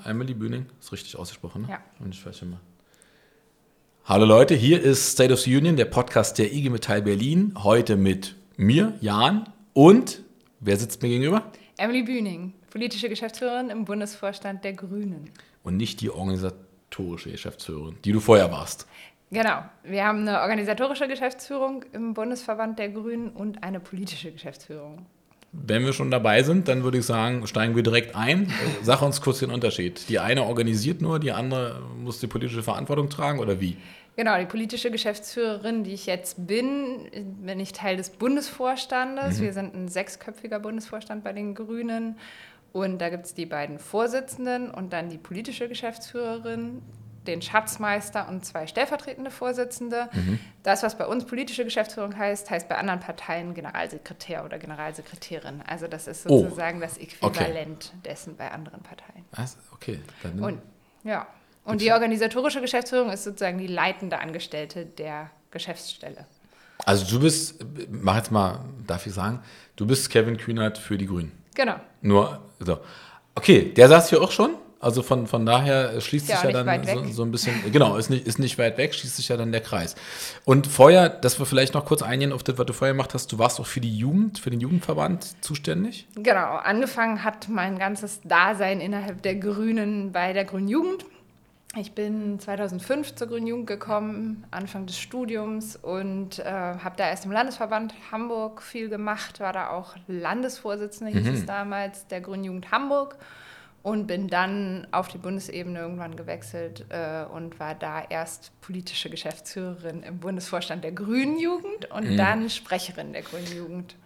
Emily Bühning, ist richtig ausgesprochen, ne? Ja. Und ich weiß immer. Hallo Leute, hier ist State of the Union, der Podcast der IG Metall Berlin. Heute mit mir, Jan, und wer sitzt mir gegenüber? Emily Bühning, politische Geschäftsführerin im Bundesvorstand der Grünen. Und nicht die organisatorische Geschäftsführerin, die du vorher warst. Genau, wir haben eine organisatorische Geschäftsführung im Bundesverband der Grünen und eine politische Geschäftsführung. Wenn wir schon dabei sind, dann würde ich sagen, steigen wir direkt ein. Sag uns kurz den Unterschied. Die eine organisiert nur, die andere muss die politische Verantwortung tragen oder wie? Genau, die politische Geschäftsführerin, die ich jetzt bin ich Teil des Bundesvorstandes. Wir sind ein 6-köpfiger Bundesvorstand bei den Grünen. Und da gibt es die beiden Vorsitzenden und dann die politische Geschäftsführerin, den Schatzmeister und 2 stellvertretende Vorsitzende. Das, was bei uns politische Geschäftsführung heißt bei anderen Parteien Generalsekretär oder Generalsekretärin. Also das ist sozusagen das Äquivalent dessen bei anderen Parteien. Okay. Und die organisatorische Geschäftsführung ist sozusagen die leitende Angestellte der Geschäftsstelle. Also du bist, mach jetzt mal, darf ich sagen, du bist Kevin Kühnert für die Grünen. Genau. Nur, so. Okay, der saß hier auch schon. Also von daher schließt sich ja dann so ein bisschen, genau, ist nicht weit weg, schließt sich ja dann der Kreis. Und vorher, dass wir vielleicht noch kurz eingehen auf das, was du vorher gemacht hast, du warst auch für die Jugend, für den Jugendverband zuständig? Genau, angefangen hat mein ganzes Dasein innerhalb der Grünen bei der Grünen Jugend. Ich bin 2005 zur Grünen Jugend gekommen, Anfang des Studiums, und habe da erst im Landesverband Hamburg viel gemacht, war da auch Landesvorsitzende, hieß es damals, der Grünen Jugend Hamburg. Und bin dann auf die Bundesebene irgendwann gewechselt und war da erst politische Geschäftsführerin im Bundesvorstand der Grünen Jugend und dann Sprecherin der Grünen Jugend.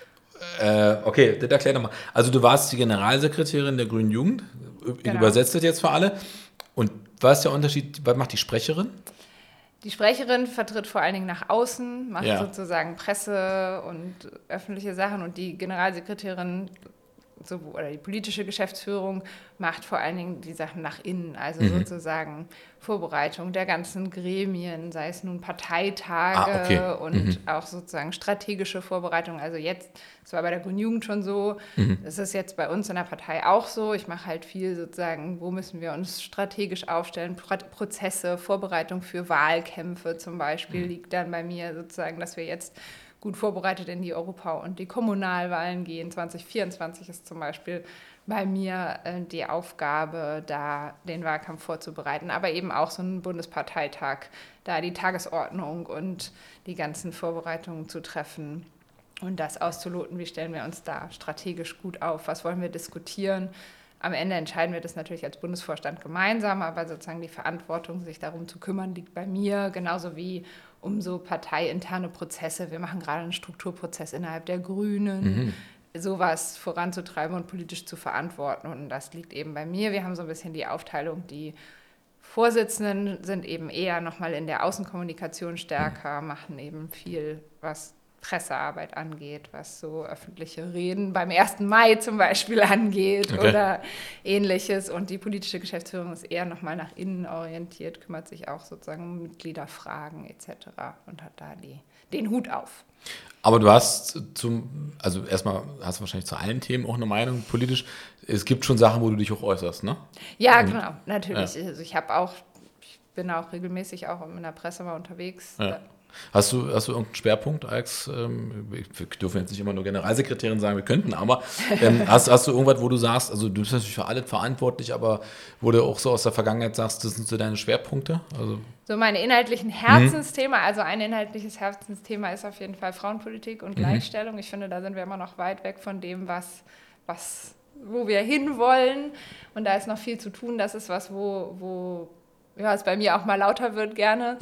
Okay, das erklär nochmal. Also du warst die Generalsekretärin der Grünen Jugend, ich übersetze das jetzt für alle. Und was ist der Unterschied, was macht die Sprecherin? Die Sprecherin vertritt vor allen Dingen nach außen, macht sozusagen Presse und öffentliche Sachen, und die Generalsekretärin oder die politische Geschäftsführung macht vor allen Dingen die Sachen nach innen, also sozusagen Vorbereitung der ganzen Gremien, sei es nun Parteitage und auch sozusagen strategische Vorbereitung. Also jetzt, das war bei der Grünen Jugend schon so, das ist jetzt bei uns in der Partei auch so. Ich mache halt viel sozusagen, wo müssen wir uns strategisch aufstellen, Prozesse, Vorbereitung für Wahlkämpfe zum Beispiel liegt dann bei mir sozusagen, dass wir jetzt gut vorbereitet in die Europa- und die Kommunalwahlen gehen. 2024 ist zum Beispiel bei mir die Aufgabe, da den Wahlkampf vorzubereiten, aber eben auch so einen Bundesparteitag, da die Tagesordnung und die ganzen Vorbereitungen zu treffen und das auszuloten, wie stellen wir uns da strategisch gut auf, was wollen wir diskutieren. Am Ende entscheiden wir das natürlich als Bundesvorstand gemeinsam, aber sozusagen die Verantwortung, sich darum zu kümmern, liegt bei mir, genauso wie um so parteiinterne Prozesse. Wir machen gerade einen Strukturprozess innerhalb der Grünen, sowas voranzutreiben und politisch zu verantworten. Und das liegt eben bei mir. Wir haben so ein bisschen die Aufteilung, die Vorsitzenden sind eben eher nochmal in der Außenkommunikation stärker, machen eben viel, was Pressearbeit angeht, was so öffentliche Reden beim 1. Mai zum Beispiel angeht oder Ähnliches. Und die politische Geschäftsführung ist eher nochmal nach innen orientiert, kümmert sich auch sozusagen um Mitgliederfragen etc. und hat da den Hut auf. Aber du hast also erstmal hast du wahrscheinlich zu allen Themen auch eine Meinung politisch. Es gibt schon Sachen, wo du dich auch äußerst, ne? Ja, genau, natürlich. Ja. Also ich bin auch regelmäßig auch in der Presse mal unterwegs. Ja. Hast du irgendeinen Schwerpunkt als, wir dürfen jetzt nicht immer nur Generalsekretärin sagen, wir könnten, aber hast du irgendwas, wo du sagst, also du bist natürlich für alles verantwortlich, aber wo du auch so aus der Vergangenheit sagst, das sind so deine Schwerpunkte? Also so meine inhaltlichen Herzensthema, also ein inhaltliches Herzensthema ist auf jeden Fall Frauenpolitik und Gleichstellung. Ich finde, da sind wir immer noch weit weg von dem, wo wir hinwollen, und da ist noch viel zu tun. Das ist was, wo es bei mir auch mal lauter wird gerne.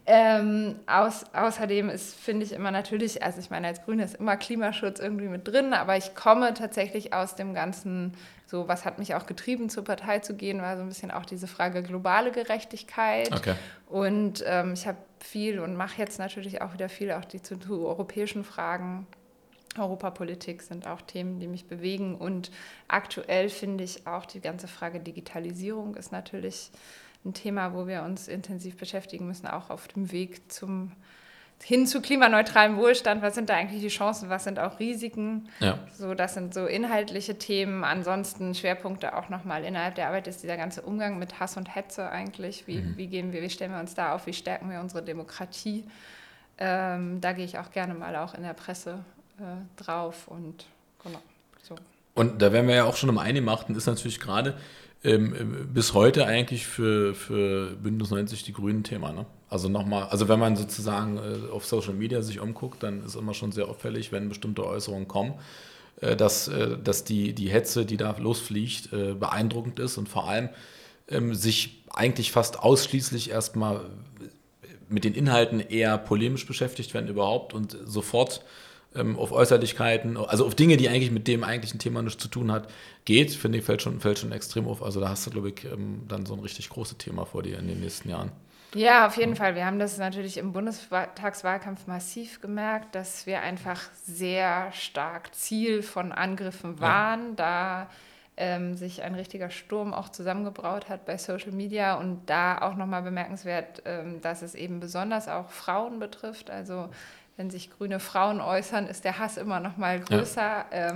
Außerdem finde ich immer natürlich, also ich meine, als Grüne ist immer Klimaschutz irgendwie mit drin, aber ich komme tatsächlich aus dem Ganzen, so was hat mich auch getrieben, zur Partei zu gehen, war so ein bisschen auch diese Frage globale Gerechtigkeit. Okay. Und ich habe viel und mache jetzt natürlich auch wieder viel, auch die zu europäischen Fragen. Europapolitik sind auch Themen, die mich bewegen, und aktuell finde ich auch die ganze Frage Digitalisierung ist natürlich ein Thema, wo wir uns intensiv beschäftigen müssen, auch auf dem Weg zum hin zu klimaneutralem Wohlstand, was sind da eigentlich die Chancen, was sind auch Risiken? Ja. So, das sind so inhaltliche Themen. Ansonsten Schwerpunkte auch nochmal innerhalb der Arbeit ist dieser ganze Umgang mit Hass und Hetze eigentlich. Wie stellen wir uns da auf, wie stärken wir unsere Demokratie? Da gehe ich auch gerne mal auch in der Presse drauf und genau so. Und da wären wir ja auch schon am Eingemachten, ist natürlich gerade bis heute eigentlich für Bündnis 90 die Grünen Thema, ne? Also nochmal, also wenn man sozusagen auf Social Media sich umguckt, dann ist immer schon sehr auffällig, wenn bestimmte Äußerungen kommen, dass die Hetze, die da losfliegt, beeindruckend ist und vor allem sich eigentlich fast ausschließlich erstmal mit den Inhalten eher polemisch beschäftigt werden überhaupt und sofort auf Äußerlichkeiten, also auf Dinge, die eigentlich mit dem eigentlichen Thema nichts zu tun hat, geht, finde ich, fällt schon extrem auf. Also da hast du, glaube ich, dann so ein richtig großes Thema vor dir in den nächsten Jahren. Ja, auf jeden Fall. Wir haben das natürlich im Bundestagswahlkampf massiv gemerkt, dass wir einfach sehr stark Ziel von Angriffen waren, da sich ein richtiger Sturm auch zusammengebraut hat bei Social Media und da auch nochmal bemerkenswert, dass es eben besonders auch Frauen betrifft. Also wenn sich grüne Frauen äußern, ist der Hass immer noch mal größer. Ja.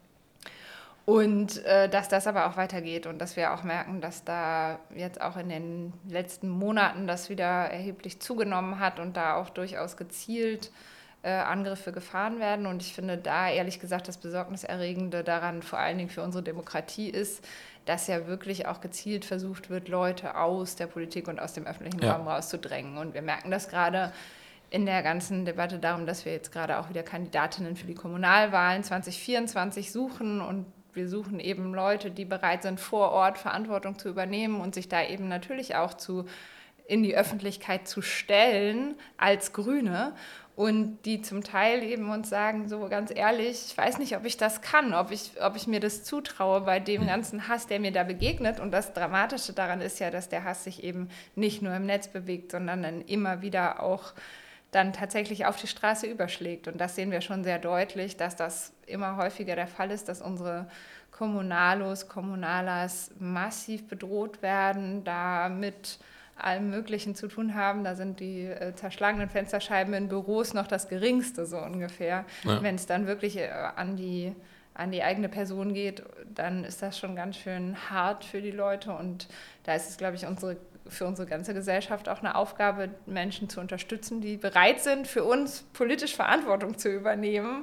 Und dass das aber auch weitergeht und dass wir auch merken, dass da jetzt auch in den letzten Monaten das wieder erheblich zugenommen hat und da auch durchaus gezielt Angriffe gefahren werden. Und ich finde da, ehrlich gesagt, das Besorgniserregende daran vor allen Dingen für unsere Demokratie ist, dass ja wirklich auch gezielt versucht wird, Leute aus der Politik und aus dem öffentlichen Raum rauszudrängen. Und wir merken das gerade in der ganzen Debatte darum, dass wir jetzt gerade auch wieder Kandidatinnen für die Kommunalwahlen 2024 suchen und wir suchen eben Leute, die bereit sind, vor Ort Verantwortung zu übernehmen und sich da eben natürlich auch in die Öffentlichkeit zu stellen als Grüne und die zum Teil eben uns sagen, so ganz ehrlich, ich weiß nicht, ob ich das kann, ob ich mir das zutraue bei dem ganzen Hass, der mir da begegnet. Und das Dramatische daran ist ja, dass der Hass sich eben nicht nur im Netz bewegt, sondern dann immer wieder auch dann tatsächlich auf die Straße überschlägt. Und das sehen wir schon sehr deutlich, dass das immer häufiger der Fall ist, dass unsere Kommunalos, Kommunalas massiv bedroht werden, da mit allem Möglichen zu tun haben. Da sind die zerschlagenen Fensterscheiben in Büros noch das Geringste, so ungefähr. Ja. Wenn es dann wirklich an die eigene Person geht, dann ist das schon ganz schön hart für die Leute. Und da ist es, glaube ich, für unsere ganze Gesellschaft auch eine Aufgabe, Menschen zu unterstützen, die bereit sind, für uns politisch Verantwortung zu übernehmen.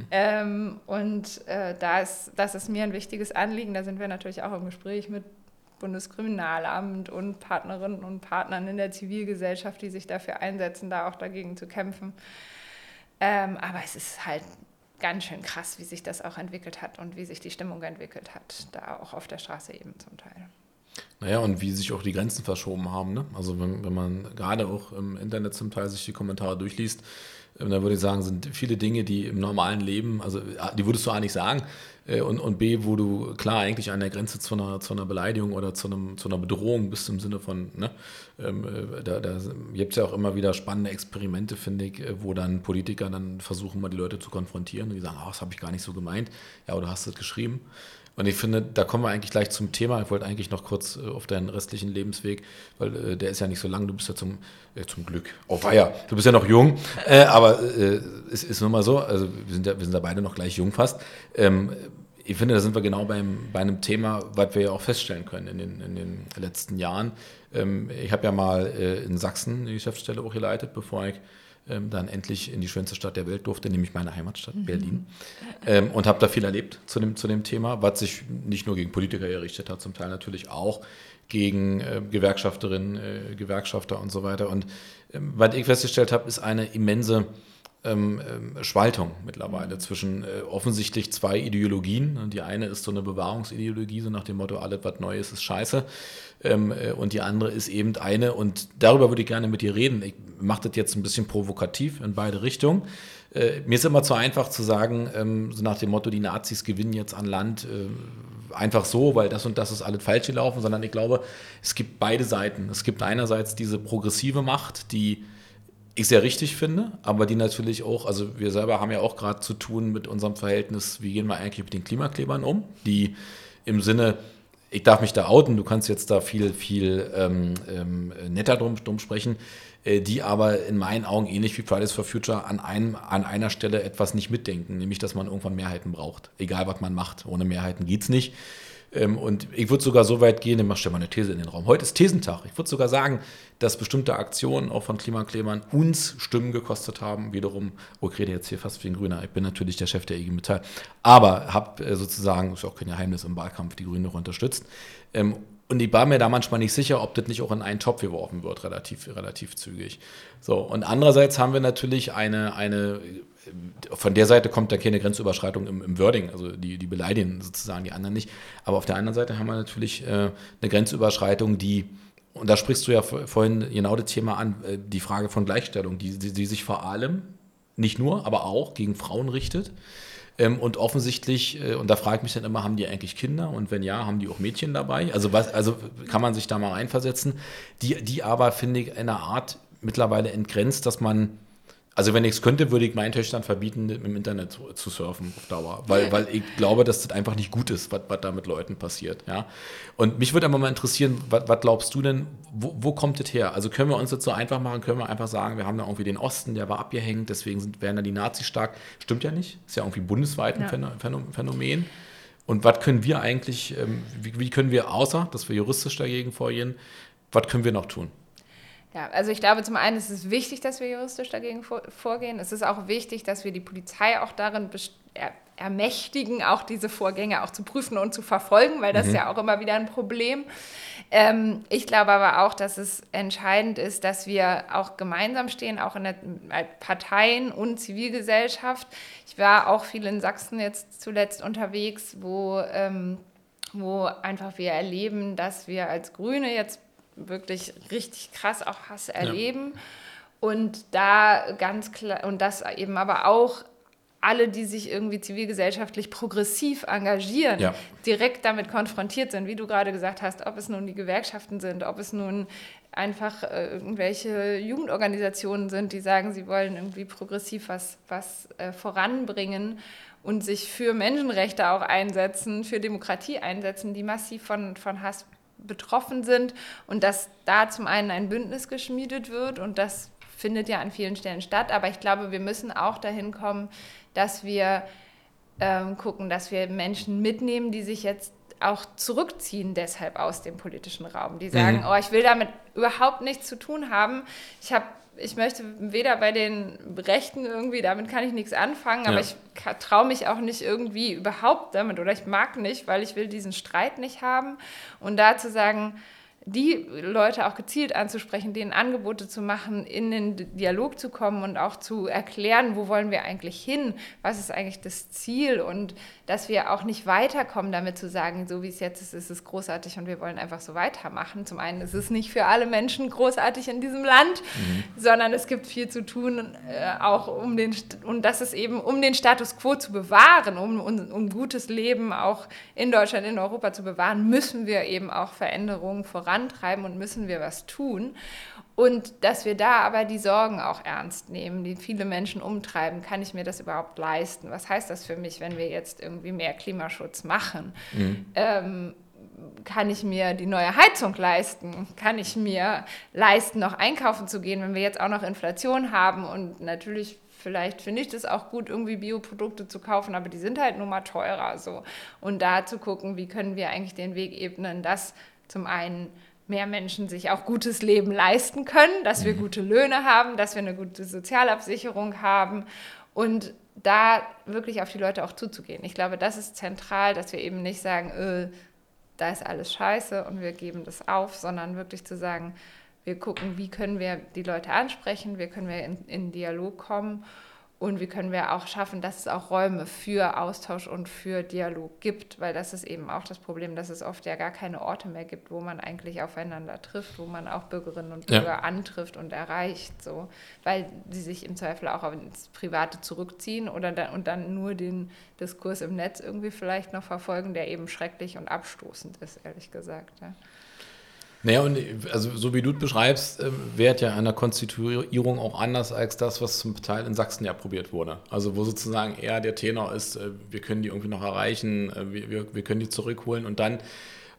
Das ist mir ein wichtiges Anliegen. Da sind wir natürlich auch im Gespräch mit Bundeskriminalamt und Partnerinnen und Partnern in der Zivilgesellschaft, die sich dafür einsetzen, da auch dagegen zu kämpfen. Aber es ist halt ganz schön krass, wie sich das auch entwickelt hat und wie sich die Stimmung entwickelt hat, da auch auf der Straße eben zum Teil. Naja, und wie sich auch die Grenzen verschoben haben, ne? Also wenn man gerade auch im Internet zum Teil sich die Kommentare durchliest, dann würde ich sagen, sind viele Dinge, die im normalen Leben, also die würdest du eigentlich sagen, und B, wo du klar eigentlich an der Grenze zu einer Beleidigung oder zu einer Bedrohung bist im Sinne von, ne, da gibt es ja auch immer wieder spannende Experimente, finde ich, wo dann Politiker dann versuchen, mal die Leute zu konfrontieren und die sagen, das habe ich gar nicht so gemeint, ja, oder hast du das geschrieben? Und ich finde, da kommen wir eigentlich gleich zum Thema. Ich wollte eigentlich noch kurz auf deinen restlichen Lebensweg, weil der ist ja nicht so lang, du bist ja zum Glück, du bist ja noch jung, aber es ist nun mal so, also wir sind ja beide noch gleich jung fast. Ich finde, da sind wir genau bei einem Thema, was wir ja auch feststellen können in den letzten Jahren. Ich habe ja mal in Sachsen eine Geschäftsstelle auch geleitet, bevor ich dann endlich in die schönste Stadt der Welt durfte, nämlich meine Heimatstadt Berlin. Und habe da viel erlebt zu dem Thema, was sich nicht nur gegen Politiker gerichtet hat, zum Teil natürlich auch gegen Gewerkschafterinnen, Gewerkschafter und so weiter. Und was ich festgestellt habe, ist eine immense Spaltung mittlerweile zwischen offensichtlich zwei Ideologien. Die eine ist so eine Bewahrungsideologie, so nach dem Motto, alles was Neues ist scheiße. Und die andere ist eben eine, und darüber würde ich gerne mit dir reden. Ich mache das jetzt ein bisschen provokativ in beide Richtungen. Mir ist immer zu einfach zu sagen, so nach dem Motto, die Nazis gewinnen jetzt an Land einfach so, weil das und das ist alles falsch gelaufen, sondern ich glaube, es gibt beide Seiten. Es gibt einerseits diese progressive Macht, die ich sehr richtig finde, aber die natürlich auch, also wir selber haben ja auch gerade zu tun mit unserem Verhältnis, wie gehen wir eigentlich mit den Klimaklebern um, die im Sinne ich darf mich da outen, du kannst jetzt da viel netter drum sprechen, die aber in meinen Augen ähnlich wie Fridays for Future an einer Stelle etwas nicht mitdenken, nämlich, dass man irgendwann Mehrheiten braucht. Egal, was man macht, ohne Mehrheiten geht's nicht. Und ich würde sogar so weit gehen, ich stelle mal eine These in den Raum. Heute ist Thesentag. Ich würde sogar sagen, dass bestimmte Aktionen auch von Klimaklebern uns Stimmen gekostet haben. Wiederum, ich rede jetzt hier fast wie ein Grüner. Ich bin natürlich der Chef der IG Metall. Aber habe sozusagen, ist auch kein Geheimnis, im Wahlkampf die Grünen noch unterstützt. Und ich war mir da manchmal nicht sicher, ob das nicht auch in einen Topf geworfen wird, relativ zügig. So, und andererseits haben wir natürlich eine von der Seite kommt da keine Grenzüberschreitung im Wording, also die beleidigen sozusagen die anderen nicht. Aber auf der anderen Seite haben wir natürlich eine Grenzüberschreitung, und da sprichst du ja vorhin genau das Thema an, die Frage von Gleichstellung, die sich vor allem, nicht nur, aber auch gegen Frauen richtet. Und offensichtlich, und da frage ich mich dann immer, haben die eigentlich Kinder? Und wenn ja, haben die auch Mädchen dabei? Also kann man sich da mal reinversetzen? Die aber, finde ich, in einer Art mittlerweile entgrenzt, dass man, also wenn ich es könnte, würde ich meinen Töchtern verbieten, im Internet zu surfen auf Dauer. Weil ich glaube, dass das einfach nicht gut ist, was da mit Leuten passiert. Ja? Und mich würde aber mal interessieren, was glaubst du denn, wo kommt das her? Also können wir uns das so einfach machen, können wir einfach sagen, wir haben da irgendwie den Osten, der war abgehängt, deswegen werden da die Nazis stark. Stimmt ja nicht, ist ja irgendwie bundesweit ein Phänomen. Und was können wir eigentlich, wie können wir, außer dass wir juristisch dagegen vorgehen, was können wir noch tun? Ja, also ich glaube, zum einen ist es wichtig, dass wir juristisch dagegen vorgehen. Es ist auch wichtig, dass wir die Polizei auch darin ermächtigen, auch diese Vorgänge auch zu prüfen und zu verfolgen, weil das ist ja auch immer wieder ein Problem. Ich glaube aber auch, dass es entscheidend ist, dass wir auch gemeinsam stehen, auch in als Parteien und Zivilgesellschaft. Ich war auch viel in Sachsen jetzt zuletzt unterwegs, wo einfach wir erleben, dass wir als Grüne jetzt wirklich richtig krass auch Hass erleben. Ja. Und da ganz klar, und das eben aber auch alle, die sich irgendwie zivilgesellschaftlich progressiv engagieren, direkt damit konfrontiert sind, wie du gerade gesagt hast, ob es nun die Gewerkschaften sind, ob es nun einfach irgendwelche Jugendorganisationen sind, die sagen, sie wollen irgendwie progressiv was voranbringen und sich für Menschenrechte auch einsetzen, für Demokratie einsetzen, die massiv von Hass betroffen sind und dass da zum einen ein Bündnis geschmiedet wird und das findet ja an vielen Stellen statt, aber ich glaube, wir müssen auch dahin kommen, dass wir gucken, dass wir Menschen mitnehmen, die sich jetzt auch zurückziehen deshalb aus dem politischen Raum, die sagen, ich will damit überhaupt nichts zu tun haben, ich möchte weder bei den Rechten irgendwie, damit kann ich nichts anfangen, aber ich traue mich auch nicht irgendwie überhaupt damit oder ich mag nicht, weil ich will diesen Streit nicht haben. Und da zu sagen, die Leute auch gezielt anzusprechen, denen Angebote zu machen, in den Dialog zu kommen und auch zu erklären, wo wollen wir eigentlich hin, was ist eigentlich das Ziel und dass wir auch nicht weiterkommen, damit zu sagen, so wie es jetzt ist, ist es großartig und wir wollen einfach so weitermachen. Zum einen ist es nicht für alle Menschen großartig in diesem Land, sondern es gibt viel zu tun, auch und das ist eben, um den Status quo zu bewahren, um gutes Leben auch in Deutschland, in Europa zu bewahren, müssen wir eben auch Veränderungen vorantreiben und müssen wir was tun. Und dass wir da aber die Sorgen auch ernst nehmen, die viele Menschen umtreiben. Kann ich mir das überhaupt leisten? Was heißt das für mich, wenn wir jetzt irgendwie mehr Klimaschutz machen? Kann ich mir die neue Heizung leisten? Kann ich mir leisten, noch einkaufen zu gehen, wenn wir jetzt auch noch Inflation haben? Und natürlich, vielleicht finde ich das auch gut, irgendwie Bioprodukte zu kaufen, aber die sind halt nun mal teurer. So. Und da zu gucken, wie können wir eigentlich den Weg ebnen, dass zum einen mehr Menschen sich auch gutes Leben leisten können, dass wir gute Löhne haben, dass wir eine gute Sozialabsicherung haben und da wirklich auf die Leute auch zuzugehen. Ich glaube, das ist zentral, dass wir eben nicht sagen, da ist alles scheiße und wir geben das auf, sondern wirklich zu sagen, wir gucken, wie können wir die Leute ansprechen, wie können wir in Dialog kommen und wie können wir auch schaffen, dass es auch Räume für Austausch und für Dialog gibt, weil das ist eben auch das Problem, dass es oft ja gar keine Orte mehr gibt, wo man eigentlich aufeinander trifft, wo man auch Bürgerinnen und Bürger antrifft und erreicht, so, weil sie sich im Zweifel auch ins Private zurückziehen und dann nur den Diskurs im Netz irgendwie vielleicht noch verfolgen, der eben schrecklich und abstoßend ist, ehrlich gesagt. Ja. Naja, und also so wie du es beschreibst, wäre ja an der Konstituierung auch anders als das, was zum Teil in Sachsen ja probiert wurde. Also wo sozusagen eher der Tenor ist, wir können die irgendwie noch erreichen, wir können die zurückholen und dann,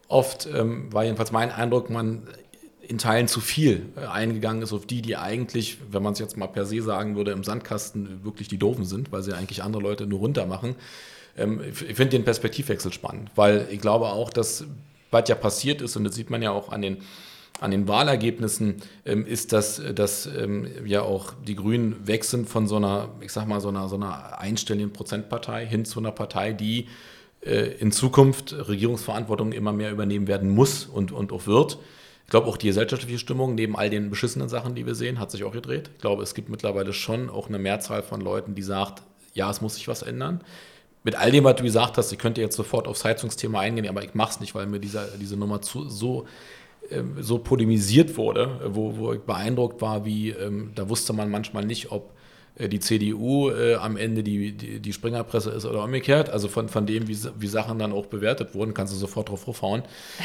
oft war jedenfalls mein Eindruck, man in Teilen zu viel eingegangen ist auf die eigentlich, wenn man es jetzt mal per se sagen würde, im Sandkasten wirklich die Doofen sind, weil sie eigentlich andere Leute nur runter machen. Ich finde den Perspektivwechsel spannend, weil ich glaube auch, dass was ja passiert ist, und das sieht man ja auch an den Wahlergebnissen, ist, dass ja auch die Grünen weg sind von so einer, ich sag mal, so einer einstelligen Prozentpartei hin zu einer Partei, die in Zukunft Regierungsverantwortung immer mehr übernehmen werden muss und auch wird. Ich glaube, auch die gesellschaftliche Stimmung, neben all den beschissenen Sachen, die wir sehen, hat sich auch gedreht. Ich glaube, es gibt mittlerweile schon auch eine Mehrzahl von Leuten, die sagt, ja, es muss sich was ändern. Mit all dem, was du gesagt hast, ich könnte jetzt sofort aufs Heizungsthema eingehen, aber ich mache es nicht, weil mir diese Nummer so polemisiert wurde, wo ich beeindruckt war, wie da wusste man manchmal nicht, ob die CDU am Ende die Springerpresse ist oder umgekehrt. Also von dem, wie Sachen dann auch bewertet wurden, kannst du sofort drauf raufhauen.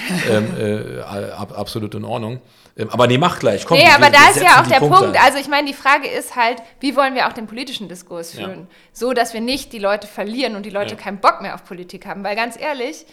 Absolut in Ordnung. Aber nee, mach gleich. Komm, aber da ist ja auch der Punkt. Also ich meine, die Frage ist halt, wie wollen wir auch den politischen Diskurs führen? Ja. So, dass wir nicht die Leute verlieren und die Leute keinen Bock mehr auf Politik haben. Weil ganz ehrlich,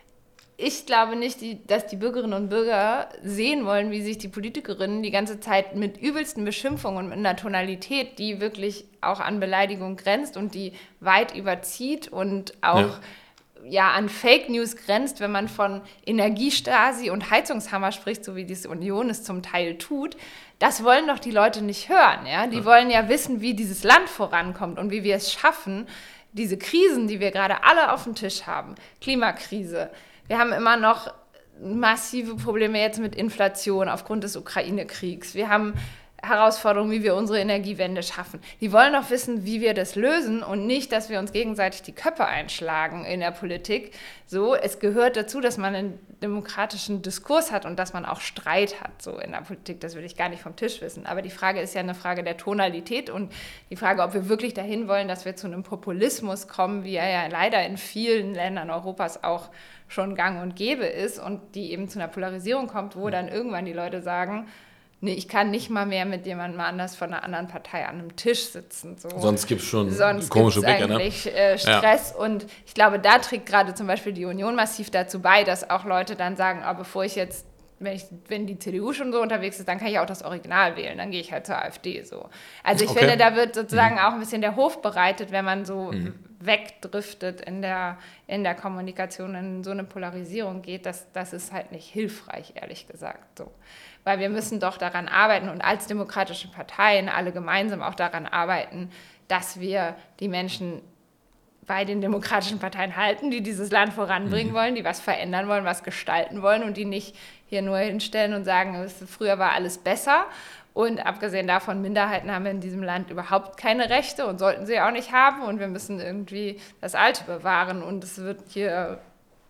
ich glaube nicht, dass die Bürgerinnen und Bürger sehen wollen, wie sich die Politikerinnen die ganze Zeit mit übelsten Beschimpfungen und mit einer Tonalität, die wirklich auch an Beleidigung grenzt und die weit überzieht und auch an Fake News grenzt, wenn man von Energiestasi und Heizungshammer spricht, so wie die Union es zum Teil tut. Das wollen doch die Leute nicht hören. Ja? Die wollen ja wissen, wie dieses Land vorankommt und wie wir es schaffen, diese Krisen, die wir gerade alle auf dem Tisch haben, Klimakrise. Wir haben immer noch massive Probleme jetzt mit Inflation aufgrund des Ukraine-Kriegs. Wir haben Herausforderungen, wie wir unsere Energiewende schaffen. Die wollen doch wissen, wie wir das lösen und nicht, dass wir uns gegenseitig die Köpfe einschlagen in der Politik. So, es gehört dazu, dass man einen demokratischen Diskurs hat und dass man auch Streit hat so in der Politik. Das will ich gar nicht vom Tisch wissen. Aber die Frage ist ja eine Frage der Tonalität und die Frage, ob wir wirklich dahin wollen, dass wir zu einem Populismus kommen, wie er ja leider in vielen Ländern Europas auch schon gang und gäbe ist und die eben zu einer Polarisierung kommt, wo dann irgendwann die Leute sagen, nee, ich kann nicht mal mehr mit jemandem anders von einer anderen Partei an einem Tisch sitzen. So. Sonst gibt es schon komische Blicke, ne? Stress. Ja. Und ich glaube, da trägt gerade zum Beispiel die Union massiv dazu bei, dass auch Leute dann sagen, bevor ich jetzt, wenn die CDU schon so unterwegs ist, dann kann ich auch das Original wählen, dann gehe ich halt zur AfD. So. Also ich finde, da wird sozusagen auch ein bisschen der Hof bereitet, wenn man so wegdriftet in der Kommunikation, in so eine Polarisierung geht, das ist halt nicht hilfreich, ehrlich gesagt. So. Weil wir müssen doch daran arbeiten und als demokratische Parteien alle gemeinsam auch daran arbeiten, dass wir die Menschen bei den demokratischen Parteien halten, die dieses Land voranbringen wollen, die was verändern wollen, was gestalten wollen und die nicht hier nur hinstellen und sagen, früher war alles besser. Und abgesehen davon, Minderheiten haben in diesem Land überhaupt keine Rechte und sollten sie auch nicht haben. Und wir müssen irgendwie das Alte bewahren. Und es wird hier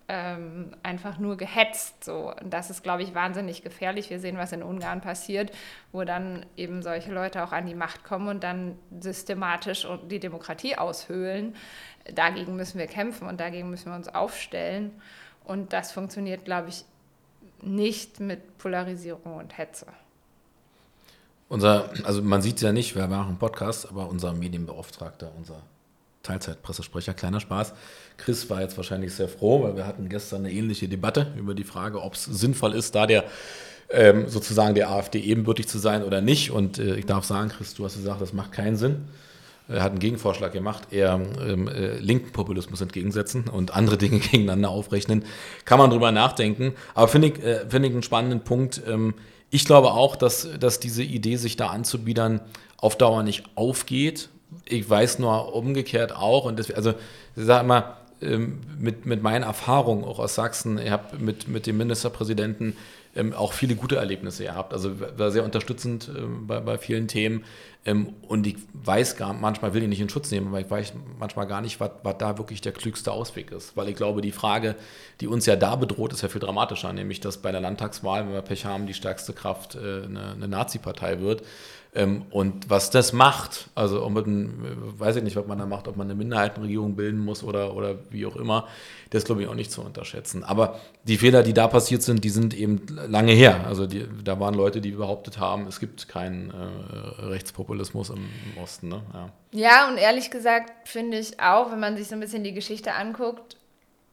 einfach nur gehetzt. So. Und das ist, glaube ich, wahnsinnig gefährlich. Wir sehen, was in Ungarn passiert, wo dann eben solche Leute auch an die Macht kommen und dann systematisch die Demokratie aushöhlen. Dagegen müssen wir kämpfen und dagegen müssen wir uns aufstellen. Und das funktioniert, glaube ich, nicht mit Polarisierung und Hetze. Also man sieht es ja nicht, wir machen einen Podcast, aber unser Medienbeauftragter, unser Teilzeitpressesprecher, kleiner Spaß. Chris war jetzt wahrscheinlich sehr froh, weil wir hatten gestern eine ähnliche Debatte über die Frage, ob es sinnvoll ist, da sozusagen der AfD ebenbürtig zu sein oder nicht. Und ich darf sagen, Chris, du hast gesagt, das macht keinen Sinn. Er hat einen Gegenvorschlag gemacht, eher linken Populismus entgegensetzen und andere Dinge gegeneinander aufrechnen. Kann man drüber nachdenken. Aber finde ich einen spannenden Punkt. Ich glaube auch, dass diese Idee, sich da anzubiedern, auf Dauer nicht aufgeht. Ich weiß nur umgekehrt auch, und deswegen, also ich sage immer, mit meinen Erfahrungen auch aus Sachsen, ich habe mit dem Ministerpräsidenten auch viele gute Erlebnisse gehabt, also war sehr unterstützend bei vielen Themen, und ich weiß manchmal will ich nicht in Schutz nehmen, aber ich weiß manchmal gar nicht, was da wirklich der klügste Ausweg ist, weil ich glaube, die Frage, die uns ja da bedroht, ist ja viel dramatischer, nämlich, dass bei der Landtagswahl, wenn wir Pech haben, die stärkste Kraft eine Nazi-Partei wird. Und was das macht, also weiß ich nicht, was man da macht, ob man eine Minderheitenregierung bilden muss oder wie auch immer, das ist, glaube ich, auch nicht zu unterschätzen. Aber die Fehler, die da passiert sind, die sind eben lange her. Also da waren Leute, die behauptet haben, es gibt keinen Rechtspopulismus im Osten. Ne? Ja, und ehrlich gesagt finde ich auch, wenn man sich so ein bisschen die Geschichte anguckt, es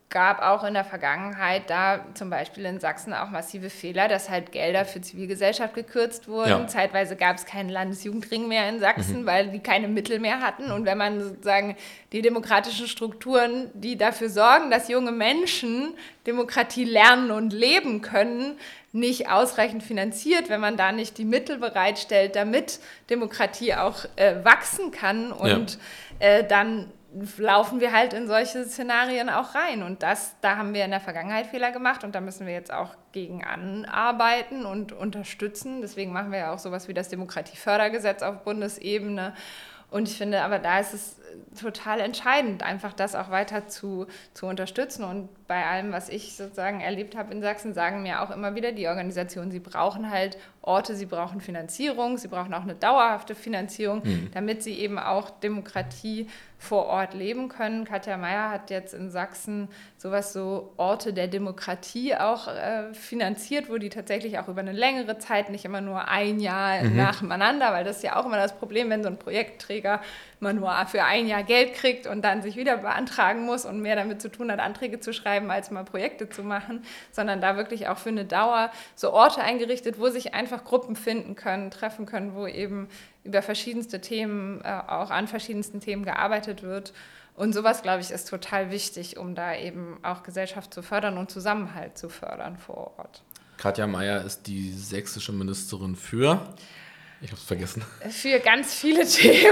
gab auch in der Vergangenheit da zum Beispiel in Sachsen auch massive Fehler, dass halt Gelder für Zivilgesellschaft gekürzt wurden. Ja. Zeitweise gab es keinen Landesjugendring mehr in Sachsen, weil die keine Mittel mehr hatten. Und wenn man sozusagen die demokratischen Strukturen, die dafür sorgen, dass junge Menschen Demokratie lernen und leben können, nicht ausreichend finanziert, wenn man da nicht die Mittel bereitstellt, damit Demokratie auch wachsen kann und dann laufen wir halt in solche Szenarien auch rein. Und da haben wir in der Vergangenheit Fehler gemacht und da müssen wir jetzt auch gegen anarbeiten und unterstützen. Deswegen machen wir ja auch sowas wie das Demokratiefördergesetz auf Bundesebene. Und ich finde, aber da ist es total entscheidend, einfach das auch weiter zu unterstützen. Und bei allem, was ich sozusagen erlebt habe in Sachsen, sagen mir auch immer wieder die Organisationen, sie brauchen halt Orte, sie brauchen Finanzierung, sie brauchen auch eine dauerhafte Finanzierung, damit sie eben auch Demokratie vor Ort leben können. Katja Mayer hat jetzt in Sachsen so Orte der Demokratie auch finanziert, wo die tatsächlich auch über eine längere Zeit, nicht immer nur ein Jahr nacheinander, weil das ist ja auch immer das Problem, wenn so ein Projektträger immer nur für ein Jahr Geld kriegt und dann sich wieder beantragen muss und mehr damit zu tun hat, Anträge zu schreiben, als mal Projekte zu machen, sondern da wirklich auch für eine Dauer so Orte eingerichtet, wo sich einfach Gruppen finden können, treffen können, wo eben über verschiedenste Themen, auch an verschiedensten Themen gearbeitet wird. Und sowas, glaube ich, ist total wichtig, um da eben auch Gesellschaft zu fördern und Zusammenhalt zu fördern vor Ort. Katja Mayer ist die sächsische Ministerin für... Ich habe es vergessen. Für ganz viele Themen.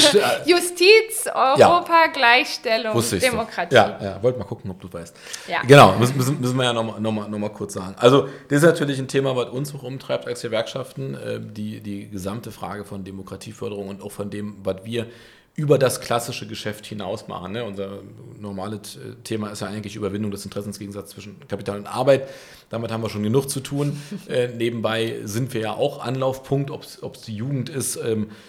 Justiz, Europa, Gleichstellung, Demokratie. Ja, wollte mal gucken, ob du weißt. Ja. Genau, müssen wir ja noch mal kurz sagen. Also das ist natürlich ein Thema, was uns auch umtreibt als Gewerkschaften, die gesamte Frage von Demokratieförderung und auch von dem, was wir über das klassische Geschäft hinaus machen. Ne? Unser normales Thema ist ja eigentlich Überwindung des Interessensgegensatzes zwischen Kapital und Arbeit. Damit haben wir schon genug zu tun. Nebenbei sind wir ja auch Anlaufpunkt, ob es die Jugend ist,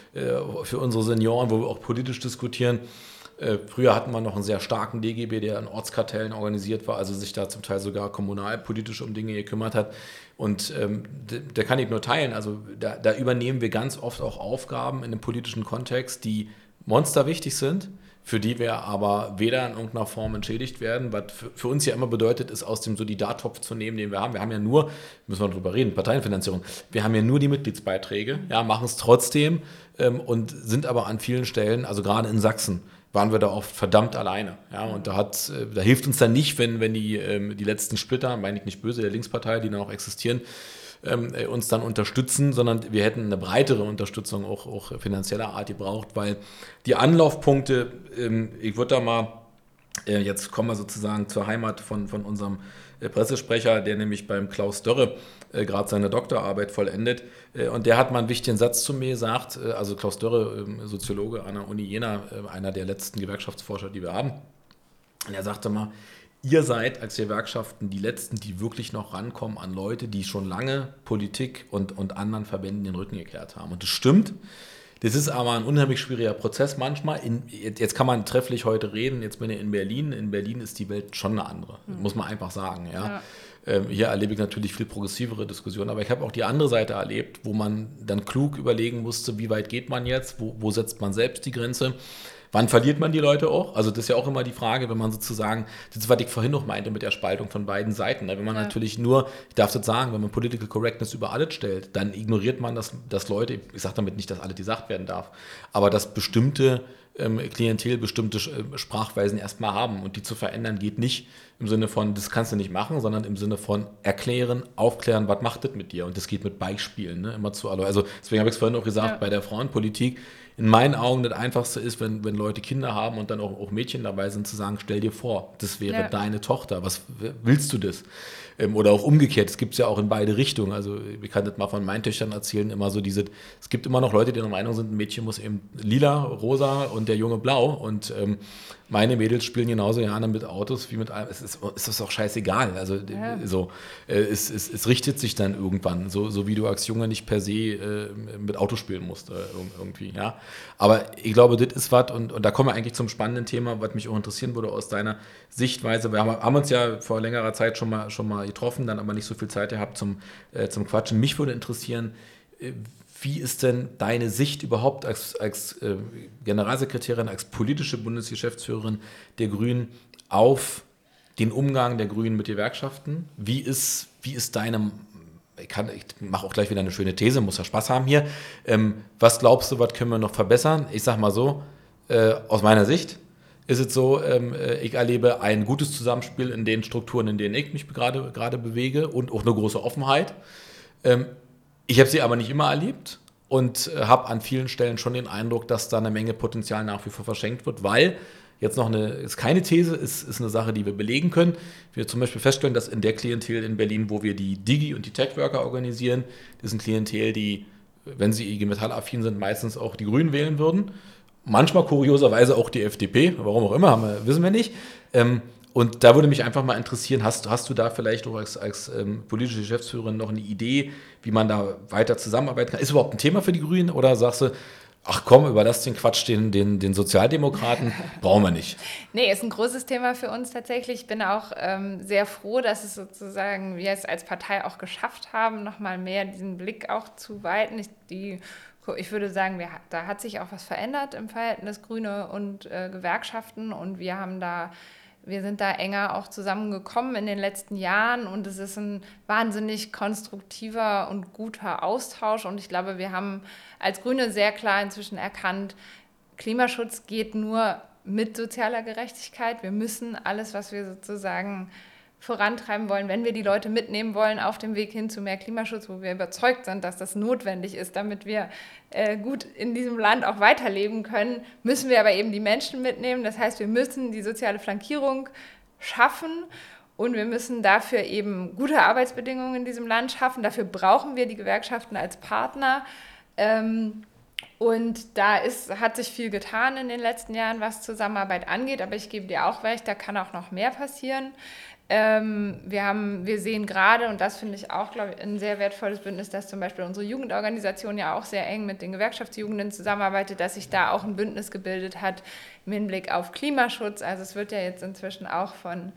für unsere Senioren, wo wir auch politisch diskutieren. Früher hatten wir noch einen sehr starken DGB, der an Ortskartellen organisiert war, also sich da zum Teil sogar kommunalpolitisch um Dinge gekümmert hat. Und da kann ich nur teilen, also da übernehmen wir ganz oft auch Aufgaben in einem politischen Kontext, die monsterwichtig sind, für die wir aber weder in irgendeiner Form entschädigt werden, was für uns ja immer bedeutet, ist aus dem Solidartopf zu nehmen, den wir haben. Wir haben ja nur, müssen wir drüber reden, Parteienfinanzierung, wir haben ja nur die Mitgliedsbeiträge, ja, machen es trotzdem und sind aber an vielen Stellen, also gerade in Sachsen, waren wir da oft verdammt alleine. Ja, und da hilft uns dann nicht, wenn die letzten Splitter, meine ich nicht böse, der Linkspartei, die noch existieren, uns dann unterstützen, sondern wir hätten eine breitere Unterstützung auch finanzieller Art gebraucht, weil die Anlaufpunkte, ich würde da mal, jetzt kommen wir sozusagen zur Heimat von unserem Pressesprecher, der nämlich beim Klaus Dörre gerade seine Doktorarbeit vollendet, und der hat mal einen wichtigen Satz zu mir gesagt, also Klaus Dörre, Soziologe an der Uni Jena, einer der letzten Gewerkschaftsforscher, die wir haben, und er sagte mal, ihr seid als Gewerkschaften die Letzten, die wirklich noch rankommen an Leute, die schon lange Politik und anderen Verbänden den Rücken gekehrt haben. Und das stimmt. Das ist aber ein unheimlich schwieriger Prozess manchmal. Jetzt kann man trefflich heute reden, jetzt bin ich in Berlin. In Berlin ist die Welt schon eine andere, muss man einfach sagen. Ja. Hier erlebe ich natürlich viel progressivere Diskussionen, aber ich habe auch die andere Seite erlebt, wo man dann klug überlegen musste, wie weit geht man jetzt, wo setzt man selbst die Grenze. Wann verliert man die Leute auch? Also das ist ja auch immer die Frage, wenn man sozusagen, das ist, was ich vorhin noch meinte mit der Spaltung von beiden Seiten. Wenn man natürlich nur, ich darf das sagen, wenn man Political Correctness über alles stellt, dann ignoriert man, dass Leute, ich sage damit nicht, dass alles gesagt werden darf, aber dass bestimmte Klientel bestimmte Sprachweisen erstmal haben und die zu verändern geht nicht im Sinne von, das kannst du nicht machen, sondern im Sinne von erklären, aufklären, was macht das mit dir? Und das geht mit Beispielen, ne? Immer zu, also deswegen habe ich es vorhin auch gesagt, bei der Frauenpolitik, in meinen Augen das Einfachste ist, wenn Leute Kinder haben und dann auch Mädchen dabei sind, zu sagen, stell dir vor, das wäre deine Tochter, was willst du das? Oder auch umgekehrt, es gibt es ja auch in beide Richtungen. Also ich kann das mal von meinen Töchtern erzählen, immer so es gibt immer noch Leute, die der Meinung sind, ein Mädchen muss eben lila, rosa und der Junge blau. Und meine Mädels spielen genauso gerne mit Autos wie mit allem. Es ist auch scheißegal. Also es richtet sich dann irgendwann, so wie du als Junge nicht per se mit Auto spielen musst irgendwie. Ja. Aber ich glaube, das ist was, und da kommen wir eigentlich zum spannenden Thema, was mich auch interessieren würde aus deiner Sichtweise. Wir haben uns ja vor längerer Zeit schon mal getroffen, dann aber nicht so viel Zeit gehabt zum Quatschen. Mich würde interessieren, wie ist denn deine Sicht überhaupt als Generalsekretärin, als politische Bundesgeschäftsführerin der Grünen auf den Umgang der Grünen mit Gewerkschaften. Wie ist deine, ich mache auch gleich wieder eine schöne These, muss ja Spaß haben hier. Was glaubst du, was können wir noch verbessern? Ich sag mal so, aus meiner Sicht ist es so, ich erlebe ein gutes Zusammenspiel in den Strukturen, in denen ich mich gerade bewege und auch eine große Offenheit. Ich habe sie aber nicht immer erlebt und habe an vielen Stellen schon den Eindruck, dass da eine Menge Potenzial nach wie vor verschenkt wird, weil jetzt noch ist keine These, ist eine Sache, die wir belegen können. Wir zum Beispiel feststellen, dass in der Klientel in Berlin, wo wir die Digi- und die Tech-Worker organisieren, das sind Klientel, die, wenn sie IG Metall-affin sind, meistens auch die Grünen wählen würden. Manchmal kurioserweise auch die FDP, warum auch immer, wissen wir nicht. Und da würde mich einfach mal interessieren, hast du da vielleicht auch als politische Geschäftsführerin noch eine Idee, wie man da weiter zusammenarbeiten kann? Ist überhaupt ein Thema für die Grünen oder sagst du, ach komm, überlass den Quatsch den Sozialdemokraten, brauchen wir nicht? Nee, ist ein großes Thema für uns tatsächlich. Ich bin auch sehr froh, dass es sozusagen wir es als Partei auch geschafft haben, nochmal mehr diesen Blick auch zu weiten. Ich würde sagen, da hat sich auch was verändert im Verhältnis Grüne und Gewerkschaften und wir sind da enger auch zusammengekommen in den letzten Jahren und es ist ein wahnsinnig konstruktiver und guter Austausch und ich glaube, wir haben als Grüne sehr klar inzwischen erkannt, Klimaschutz geht nur mit sozialer Gerechtigkeit. Wir müssen alles, was wir sozusagen vorantreiben wollen, wenn wir die Leute mitnehmen wollen auf dem Weg hin zu mehr Klimaschutz, wo wir überzeugt sind, dass das notwendig ist, damit wir gut in diesem Land auch weiterleben können, müssen wir aber eben die Menschen mitnehmen. Das heißt, wir müssen die soziale Flankierung schaffen und wir müssen dafür eben gute Arbeitsbedingungen in diesem Land schaffen. Dafür brauchen wir die Gewerkschaften als Partner. Und da hat sich viel getan in den letzten Jahren, was Zusammenarbeit angeht, aber ich gebe dir auch recht, da kann auch noch mehr passieren. Wir sehen gerade, und das finde ich auch, glaube ich, ein sehr wertvolles Bündnis, dass zum Beispiel unsere Jugendorganisation ja auch sehr eng mit den Gewerkschaftsjugenden zusammenarbeitet, dass sich da auch ein Bündnis gebildet hat im Hinblick auf Klimaschutz. Also es wird ja jetzt inzwischen auch von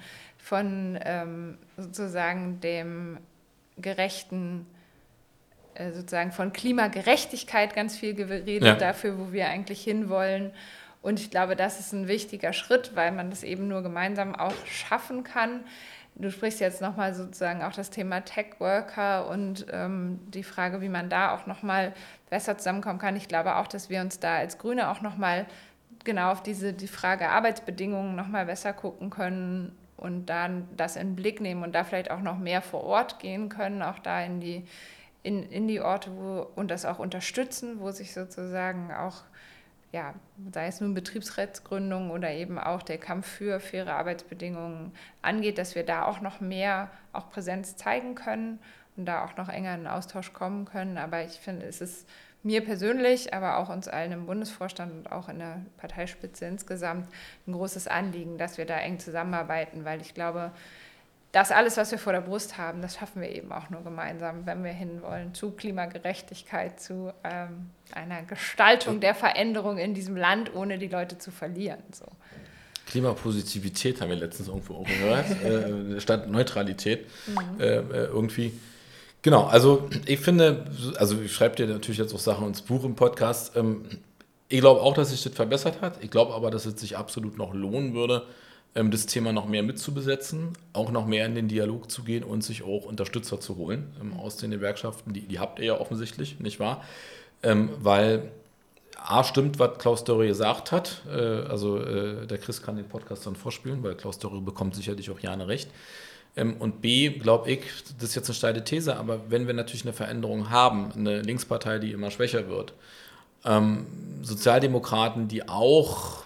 sozusagen dem gerechten, sozusagen von Klimagerechtigkeit ganz viel geredet, dafür, wo wir eigentlich hinwollen. Und ich glaube, das ist ein wichtiger Schritt, weil man das eben nur gemeinsam auch schaffen kann. Du sprichst jetzt nochmal sozusagen auch das Thema Tech-Worker und die Frage, wie man da auch nochmal besser zusammenkommen kann. Ich glaube auch, dass wir uns da als Grüne auch nochmal genau auf die Frage Arbeitsbedingungen nochmal besser gucken können und dann das in den Blick nehmen und da vielleicht auch noch mehr vor Ort gehen können, auch da in die Orte und das auch unterstützen, wo sich sozusagen auch sei es nun Betriebsrätsgründung oder eben auch der Kampf für faire Arbeitsbedingungen angeht, dass wir da auch noch mehr auch Präsenz zeigen können und da auch noch enger in den Austausch kommen können. Aber ich finde, es ist mir persönlich, aber auch uns allen im Bundesvorstand und auch in der Parteispitze insgesamt ein großes Anliegen, dass wir da eng zusammenarbeiten, weil ich glaube, das alles, was wir vor der Brust haben, das schaffen wir eben auch nur gemeinsam, wenn wir hinwollen zu Klimagerechtigkeit, zu einer Gestaltung der Veränderung in diesem Land, ohne die Leute zu verlieren. So. Klimapositivität haben wir letztens irgendwo auch gehört, statt Neutralität irgendwie. Genau, also ich finde, also ich schreibe dir natürlich jetzt auch Sachen ins Buch im Podcast. Ich glaube auch, dass sich das verbessert hat. Ich glaube aber, dass es sich absolut noch lohnen würde, das Thema noch mehr mitzubesetzen, auch noch mehr in den Dialog zu gehen und sich auch Unterstützer zu holen aus den Gewerkschaften. Die habt ihr ja offensichtlich, nicht wahr? Weil A, stimmt, was Klaus Dörre gesagt hat. Der Chris kann den Podcast dann vorspielen, weil Klaus Dörre bekommt sicherlich auch Jane recht. Und B, glaube ich, das ist jetzt eine steile These, aber wenn wir natürlich eine Veränderung haben, eine Linkspartei, die immer schwächer wird, Sozialdemokraten, die auch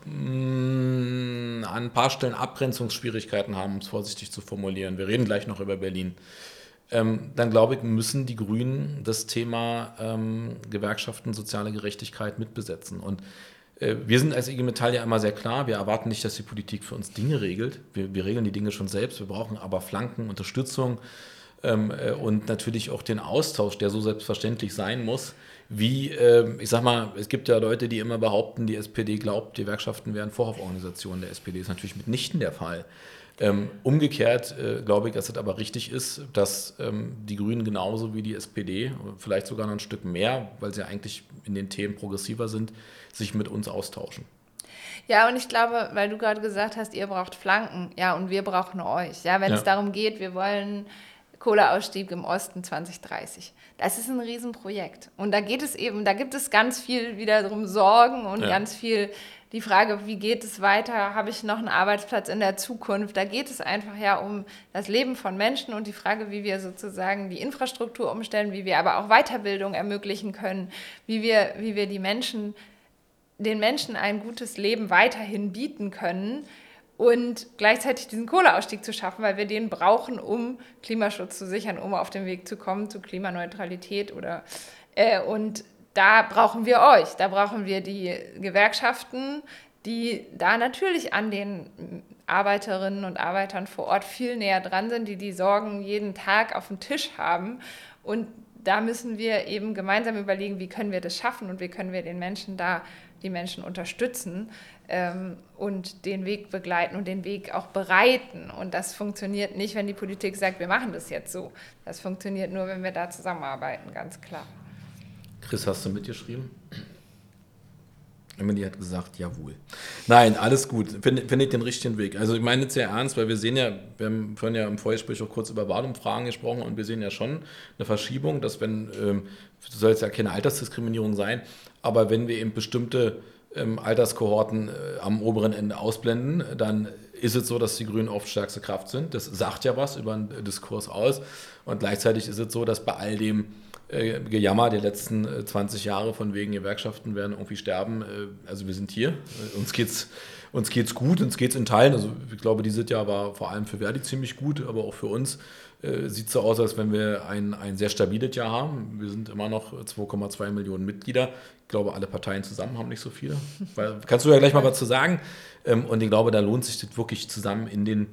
an ein paar Stellen Abgrenzungsschwierigkeiten haben, um es vorsichtig zu formulieren. Wir reden gleich noch über Berlin. Dann glaube ich, müssen die Grünen das Thema Gewerkschaften, soziale Gerechtigkeit mitbesetzen. Und wir sind als IG Metall ja immer sehr klar, wir erwarten nicht, dass die Politik für uns Dinge regelt. Wir regeln die Dinge schon selbst, wir brauchen aber Flanken, Unterstützung und natürlich auch den Austausch, der so selbstverständlich sein muss, wie, ich sag mal, es gibt ja Leute, die immer behaupten, die SPD glaubt, die Gewerkschaften wären Vorhauforganisationen der SPD. Das ist natürlich mitnichten der Fall. Umgekehrt glaube ich, dass es aber richtig ist, dass die Grünen genauso wie die SPD, vielleicht sogar noch ein Stück mehr, weil sie eigentlich in den Themen progressiver sind, sich mit uns austauschen. Ja, und ich glaube, weil du gerade gesagt hast, ihr braucht Flanken, ja, und wir brauchen euch. Ja, wenn es darum geht, wir wollen Kohleausstieg im Osten 2030. Das ist ein Riesenprojekt. Und da gibt es ganz viel wiederum Sorgen und ganz viel die Frage, wie geht es weiter? Habe ich noch einen Arbeitsplatz in der Zukunft? Da geht es einfach ja um das Leben von Menschen und die Frage, wie wir sozusagen die Infrastruktur umstellen, wie wir aber auch Weiterbildung ermöglichen können, wie wir den Menschen ein gutes Leben weiterhin bieten können und gleichzeitig diesen Kohleausstieg zu schaffen, weil wir den brauchen, um Klimaschutz zu sichern, um auf den Weg zu kommen zu Klimaneutralität und da brauchen wir euch, da brauchen wir die Gewerkschaften, die da natürlich an den Arbeiterinnen und Arbeitern vor Ort viel näher dran sind, die Sorgen jeden Tag auf dem Tisch haben. Und da müssen wir eben gemeinsam überlegen, wie können wir das schaffen und wie können wir die Menschen unterstützen und den Weg begleiten und den Weg auch bereiten. Und das funktioniert nicht, wenn die Politik sagt, wir machen das jetzt so. Das funktioniert nur, wenn wir da zusammenarbeiten, ganz klar. Chris, hast du mitgeschrieben? Emily hat gesagt, jawohl. Nein, alles gut. Finde ich den richtigen Weg. Also ich meine jetzt sehr ernst, weil wir sehen ja, wir haben vorhin ja im Vorgespräch auch kurz über Wahlumfragen gesprochen und wir sehen ja schon eine Verschiebung, dass soll es ja keine Altersdiskriminierung sein, aber wenn wir eben bestimmte Alterskohorten am oberen Ende ausblenden, dann ist es so, dass die Grünen oft stärkste Kraft sind. Das sagt ja was über einen Diskurs aus und gleichzeitig ist es so, dass bei all dem Gejammer der letzten 20 Jahre von wegen Gewerkschaften werden irgendwie sterben. Also wir sind hier, uns geht's gut, uns geht's in Teilen. Also ich glaube, dieses Jahr war vor allem für Verdi ziemlich gut, aber auch für uns sieht es so aus, als wenn wir ein sehr stabiles Jahr haben. Wir sind immer noch 2,2 Millionen Mitglieder. Ich glaube, alle Parteien zusammen haben nicht so viele. Kannst du ja gleich mal was zu sagen. Und ich glaube, da lohnt sich das wirklich zusammen in den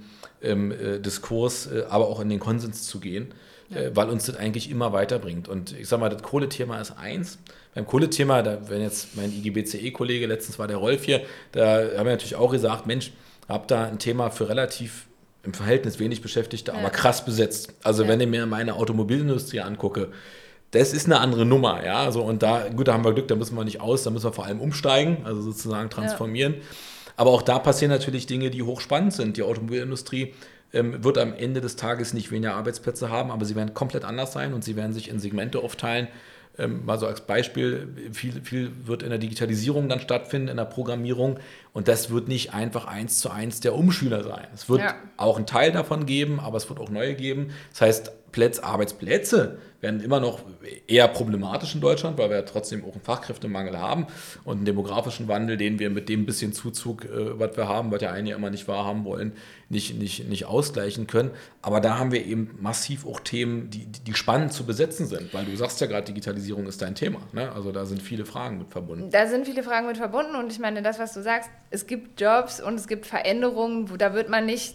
Diskurs, aber auch in den Konsens zu gehen. Weil uns das eigentlich immer weiterbringt. Und ich sag mal, das Kohlethema ist eins. Beim Kohlethema, wenn jetzt mein IGBCE-Kollege, letztens war der Rolf hier, da haben wir natürlich auch gesagt, Mensch, hab da ein Thema für relativ im Verhältnis wenig Beschäftigte, aber krass besetzt. Also wenn ich mir meine Automobilindustrie angucke, das ist eine andere Nummer, ja. Also, und da haben wir Glück, da müssen wir nicht da müssen wir vor allem umsteigen, also sozusagen transformieren. Aber auch da passieren natürlich Dinge, die hochspannend sind. Die Automobilindustrie wird am Ende des Tages nicht weniger Arbeitsplätze haben, aber sie werden komplett anders sein und sie werden sich in Segmente aufteilen. Mal so als Beispiel, viel wird in der Digitalisierung dann stattfinden, in der Programmierung und das wird nicht einfach 1:1 der Umschüler sein. Es wird auch einen Teil davon geben, aber es wird auch neue geben. Das heißt, Arbeitsplätze werden immer noch eher problematisch in Deutschland, weil wir ja trotzdem auch einen Fachkräftemangel haben und einen demografischen Wandel, den wir mit dem bisschen Zuzug, was wir haben, was ja einige immer nicht wahrhaben wollen, nicht ausgleichen können. Aber da haben wir eben massiv auch Themen, die spannend zu besetzen sind, weil du sagst ja gerade, Digitalisierung ist dein Thema. Ne? Also da sind viele Fragen mit verbunden. Da sind viele Fragen mit verbunden und ich meine, das, was du sagst, es gibt Jobs und es gibt Veränderungen, da wird man nicht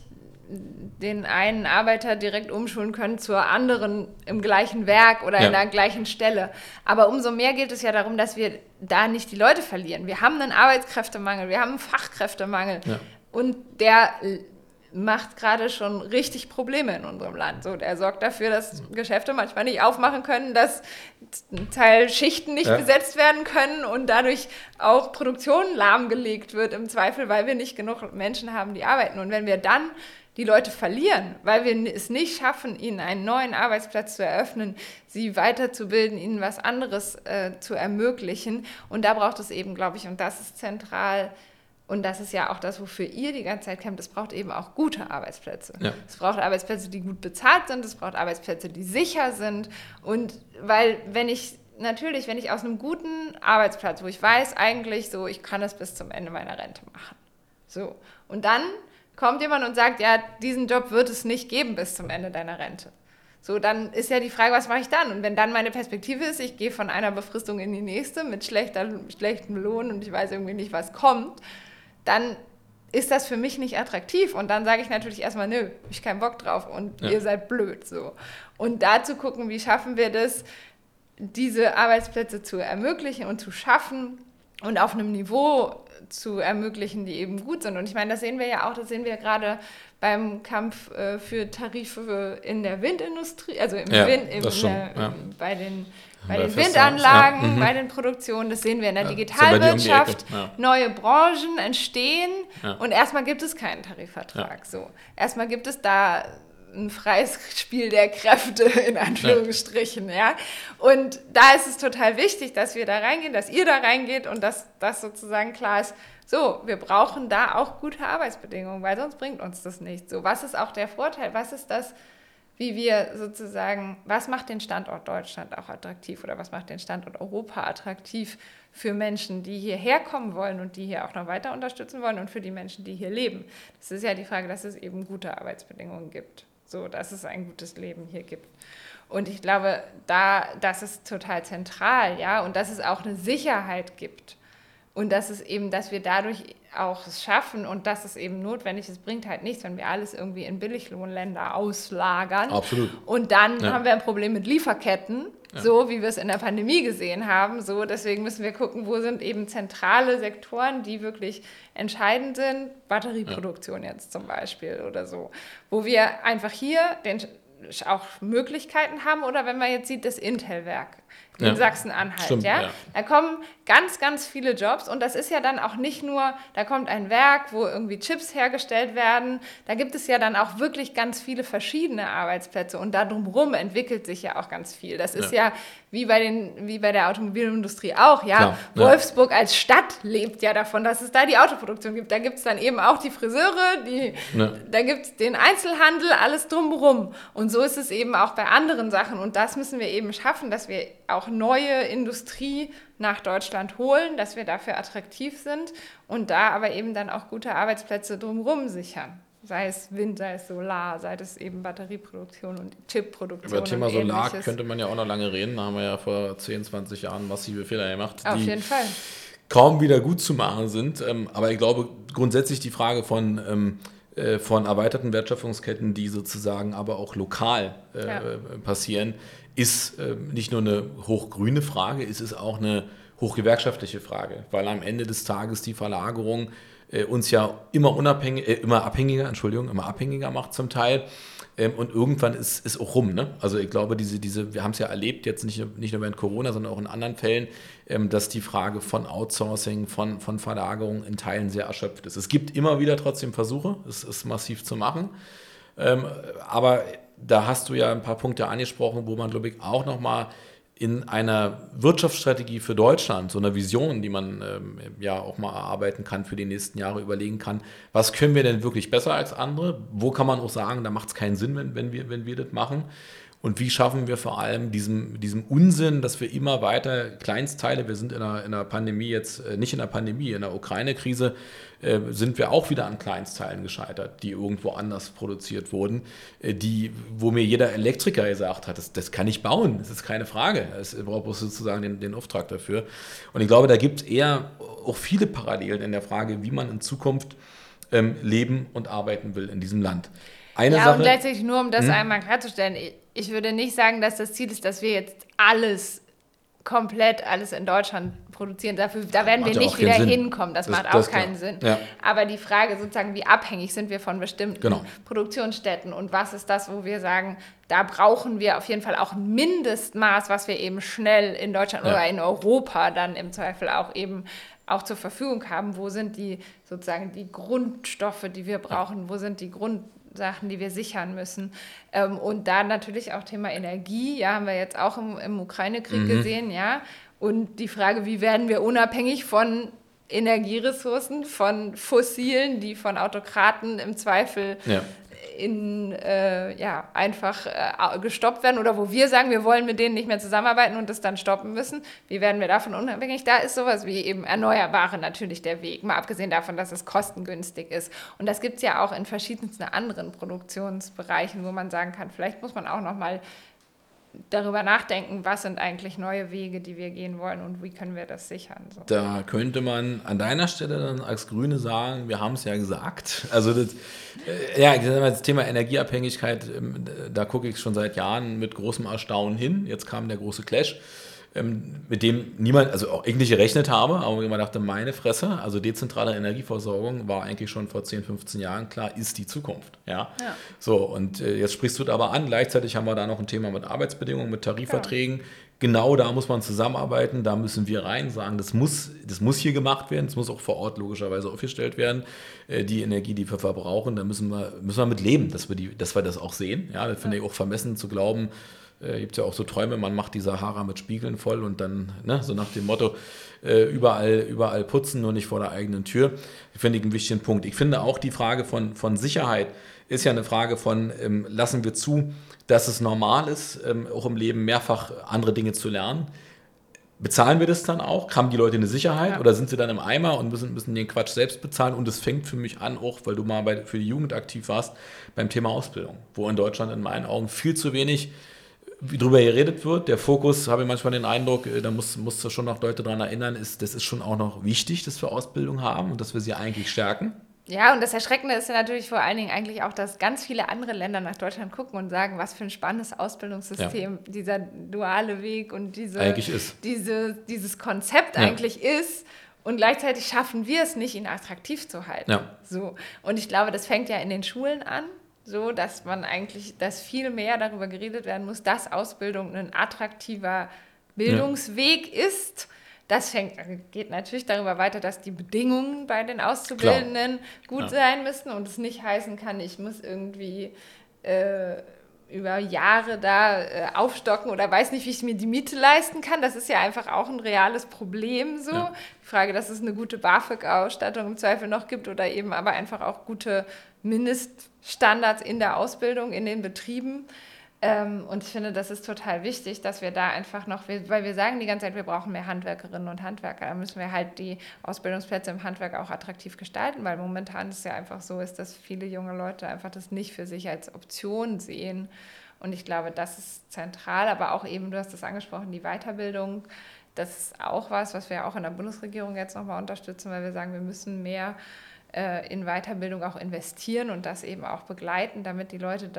den einen Arbeiter direkt umschulen können zur anderen im gleichen Werk oder in der gleichen Stelle. Aber umso mehr geht es ja darum, dass wir da nicht die Leute verlieren. Wir haben einen Arbeitskräftemangel, wir haben einen Fachkräftemangel und der macht gerade schon richtig Probleme in unserem Land. So, der sorgt dafür, dass Geschäfte manchmal nicht aufmachen können, dass Teil Schichten nicht besetzt werden können und dadurch auch Produktion lahmgelegt wird im Zweifel, weil wir nicht genug Menschen haben, die arbeiten. Und wenn wir dann die Leute verlieren, weil wir es nicht schaffen, ihnen einen neuen Arbeitsplatz zu eröffnen, sie weiterzubilden, ihnen was anderes zu ermöglichen. Und da braucht es eben, glaube ich, und das ist zentral, und das ist ja auch das, wofür ihr die ganze Zeit kämpft, es braucht eben auch gute Arbeitsplätze. Ja. Es braucht Arbeitsplätze, die gut bezahlt sind, es braucht Arbeitsplätze, die sicher sind. Und weil, wenn ich aus einem guten Arbeitsplatz, wo ich weiß eigentlich so, ich kann das bis zum Ende meiner Rente machen. So. Und dann kommt jemand und sagt, ja, diesen Job wird es nicht geben bis zum Ende deiner Rente. So, dann ist ja die Frage, was mache ich dann? Und wenn dann meine Perspektive ist, ich gehe von einer Befristung in die nächste mit schlechtem Lohn und ich weiß irgendwie nicht, was kommt, dann ist das für mich nicht attraktiv. Und dann sage ich natürlich erstmal, nö, hab ich keinen Bock drauf und ihr seid blöd. So. Und da zu gucken, wie schaffen wir das, diese Arbeitsplätze zu ermöglichen und zu schaffen und auf einem Niveau zu ermöglichen, die eben gut sind. Und ich meine, das sehen wir ja auch, das sehen wir gerade beim Kampf für Tarife in der Windindustrie, also bei den Windanlagen, bei den Produktionen, das sehen wir in der Digitalwirtschaft, neue Branchen entstehen und erstmal gibt es keinen Tarifvertrag. So. Erstmal gibt es da ein freies Spiel der Kräfte, in Anführungsstrichen. Ja. Und da ist es total wichtig, dass wir da reingehen, dass ihr da reingeht und dass das sozusagen klar ist, so, wir brauchen da auch gute Arbeitsbedingungen, weil sonst bringt uns das nicht. So, was ist auch der Vorteil? Was ist das, wie wir sozusagen, was macht den Standort Deutschland auch attraktiv oder was macht den Standort Europa attraktiv für Menschen, die hierher kommen wollen und die hier auch noch weiter unterstützen wollen und für die Menschen, die hier leben? Das ist ja die Frage, dass es eben gute Arbeitsbedingungen gibt, so, dass es ein gutes Leben hier gibt. Und ich glaube, das ist total zentral, ja, und dass es auch eine Sicherheit gibt. Und dass wir dadurch auch es schaffen und dass es eben notwendig ist, bringt halt nichts, wenn wir alles irgendwie in Billiglohnländer auslagern. Absolut. Und dann haben wir ein Problem mit Lieferketten, so wie wir es in der Pandemie gesehen haben. So, deswegen müssen wir gucken, wo sind eben zentrale Sektoren, die wirklich entscheidend sind. Batterieproduktion jetzt zum Beispiel oder so. Wo wir einfach hier auch Möglichkeiten haben. Oder wenn man jetzt sieht, das Intel-Werk in Sachsen-Anhalt. Stimmt, ja. Da kommen ganz, ganz viele Jobs und das ist ja dann auch nicht nur, da kommt ein Werk, wo irgendwie Chips hergestellt werden, da gibt es ja dann auch wirklich ganz viele verschiedene Arbeitsplätze und da drumherum entwickelt sich ja auch ganz viel. Das ist ja wie bei der Automobilindustrie auch, ja. Klar, Wolfsburg als Stadt lebt ja davon, dass es da die Autoproduktion gibt. Da gibt es dann eben auch die Friseure, da gibt es den Einzelhandel, alles drumherum. Und so ist es eben auch bei anderen Sachen und das müssen wir eben schaffen, dass wir auch neue Industrie nach Deutschland holen, dass wir dafür attraktiv sind und da aber eben dann auch gute Arbeitsplätze drumherum sichern. Sei es Wind, sei es Solar, sei es eben Batterieproduktion und Chipproduktion. Über das Thema Solar könnte man ja auch noch lange reden. Da haben wir ja vor 10, 20 Jahren massive Fehler gemacht, auf jeden Fall kaum wieder gut zu machen sind. Aber ich glaube, grundsätzlich die Frage von erweiterten Wertschöpfungsketten, die sozusagen aber auch lokal passieren, ist nicht nur eine hochgrüne Frage, es ist auch eine hochgewerkschaftliche Frage, weil am Ende des Tages die Verlagerung uns ja immer abhängiger macht zum Teil. Und irgendwann ist auch rum. Ne? Also ich glaube, wir haben es ja erlebt, jetzt nicht nur während Corona, sondern auch in anderen Fällen, dass die Frage von Outsourcing, von Verlagerung in Teilen sehr erschöpft ist. Es gibt immer wieder trotzdem Versuche, es ist massiv zu machen. Aber da hast du ja ein paar Punkte angesprochen, wo man, glaube ich, auch nochmal in einer Wirtschaftsstrategie für Deutschland, so einer Vision, die man ja auch mal erarbeiten kann für die nächsten Jahre, überlegen kann, was können wir denn wirklich besser als andere? Wo kann man auch sagen, da macht es keinen Sinn, wenn wir das machen? Und wie schaffen wir vor allem diesem Unsinn, dass wir immer weiter Kleinstteile, wir sind in einer Pandemie jetzt, nicht in der Pandemie, in der Ukraine-Krise, sind wir auch wieder an Kleinstteilen gescheitert, die irgendwo anders produziert wurden, wo mir jeder Elektriker gesagt hat, das kann ich bauen, das ist keine Frage, es braucht sozusagen den Auftrag dafür. Und ich glaube, da gibt es eher auch viele Parallelen in der Frage, wie man in Zukunft leben und arbeiten will in diesem Land. Eine Sache, und gleichzeitig nur, um das einmal klarzustellen, ich würde nicht sagen, dass das Ziel ist, dass wir jetzt komplett alles in Deutschland produzieren. Da werden wir nicht wieder hinkommen. Das macht auch keinen Sinn. Ja. Aber die Frage sozusagen, wie abhängig sind wir von bestimmten Produktionsstätten und was ist das, wo wir sagen, da brauchen wir auf jeden Fall auch ein Mindestmaß, was wir eben schnell in Deutschland oder in Europa dann im Zweifel auch zur Verfügung haben. Wo sind die Grundstoffe, die wir brauchen? Wo sind die Grundsachen, die wir sichern müssen? Und da natürlich auch Thema Energie, haben wir jetzt auch im Ukraine-Krieg gesehen, Und die Frage, wie werden wir unabhängig von Energieressourcen, von Fossilen, die von Autokraten im Zweifel einfach gestoppt werden oder wo wir sagen, wir wollen mit denen nicht mehr zusammenarbeiten und das dann stoppen müssen. Wie werden wir davon unabhängig? Da ist sowas wie eben Erneuerbare natürlich der Weg, mal abgesehen davon, dass es kostengünstig ist. Und das gibt es ja auch in verschiedensten anderen Produktionsbereichen, wo man sagen kann, vielleicht muss man auch noch mal darüber nachdenken, was sind eigentlich neue Wege, die wir gehen wollen und wie können wir das sichern. So. Da könnte man an deiner Stelle dann als Grüne sagen, wir haben es ja gesagt. Also das Thema Energieabhängigkeit, da gucke ich schon seit Jahren mit großem Erstaunen hin. Jetzt kam der große Clash. mit dem niemand, also auch ich nicht gerechnet habe, aber immer dachte, meine Fresse, also dezentrale Energieversorgung war eigentlich schon vor 10, 15 Jahren klar, ist die Zukunft. Ja. So, und jetzt sprichst du es aber an, gleichzeitig haben wir da noch ein Thema mit Arbeitsbedingungen, mit Tarifverträgen. Genau da muss man zusammenarbeiten, da müssen wir rein sagen, das muss hier gemacht werden, das muss auch vor Ort logischerweise aufgestellt werden, die Energie, die wir verbrauchen, da müssen wir mit leben, dass wir das auch sehen. Ja, das finde ich auch vermessen zu glauben. Gibt ja auch so Träume, man macht die Sahara mit Spiegeln voll und dann, ne, so nach dem Motto, überall putzen, nur nicht vor der eigenen Tür. Finde ich einen wichtigen Punkt. Ich finde auch die Frage von Sicherheit ist ja eine Frage von, lassen wir zu, dass es normal ist, auch im Leben mehrfach andere Dinge zu lernen. Bezahlen wir das dann auch? Haben die Leute eine Sicherheit oder sind sie dann im Eimer und müssen den Quatsch selbst bezahlen? Und es fängt für mich an, auch weil du mal für die Jugend aktiv warst, beim Thema Ausbildung, wo in Deutschland in meinen Augen viel zu wenig drüber geredet wird. Der Fokus, habe ich manchmal den Eindruck, da muss schon noch Leute daran erinnern, das ist schon auch noch wichtig, dass wir Ausbildung haben und dass wir sie eigentlich stärken. Ja, und das Erschreckende ist ja natürlich vor allen Dingen eigentlich auch, dass ganz viele andere Länder nach Deutschland gucken und sagen, was für ein spannendes Ausbildungssystem dieser duale Weg und dieses Konzept eigentlich ist. Und gleichzeitig schaffen wir es nicht, ihn attraktiv zu halten. Ja. So. Und ich glaube, das fängt ja in den Schulen an, so dass dass viel mehr darüber geredet werden muss, dass Ausbildung ein attraktiver Bildungsweg ist. Das geht natürlich darüber weiter, dass die Bedingungen bei den Auszubildenden gut sein müssen und es nicht heißen kann, ich muss irgendwie über Jahre da aufstocken oder weiß nicht, wie ich mir die Miete leisten kann. Das ist ja einfach auch ein reales Problem so. Ja. Die Frage, dass es eine gute BAföG-Ausstattung im Zweifel noch gibt oder eben aber einfach auch gute Mindeststandards in der Ausbildung, in den Betrieben. Und ich finde, das ist total wichtig, dass wir da einfach noch, weil wir sagen die ganze Zeit, wir brauchen mehr Handwerkerinnen und Handwerker, da müssen wir halt die Ausbildungsplätze im Handwerk auch attraktiv gestalten, weil momentan es ja einfach so ist, dass viele junge Leute einfach das nicht für sich als Option sehen. Und ich glaube, das ist zentral, aber auch eben, du hast das angesprochen, die Weiterbildung, das ist auch was wir auch in der Bundesregierung jetzt nochmal unterstützen, weil wir sagen, wir müssen mehr in Weiterbildung auch investieren und das eben auch begleiten, damit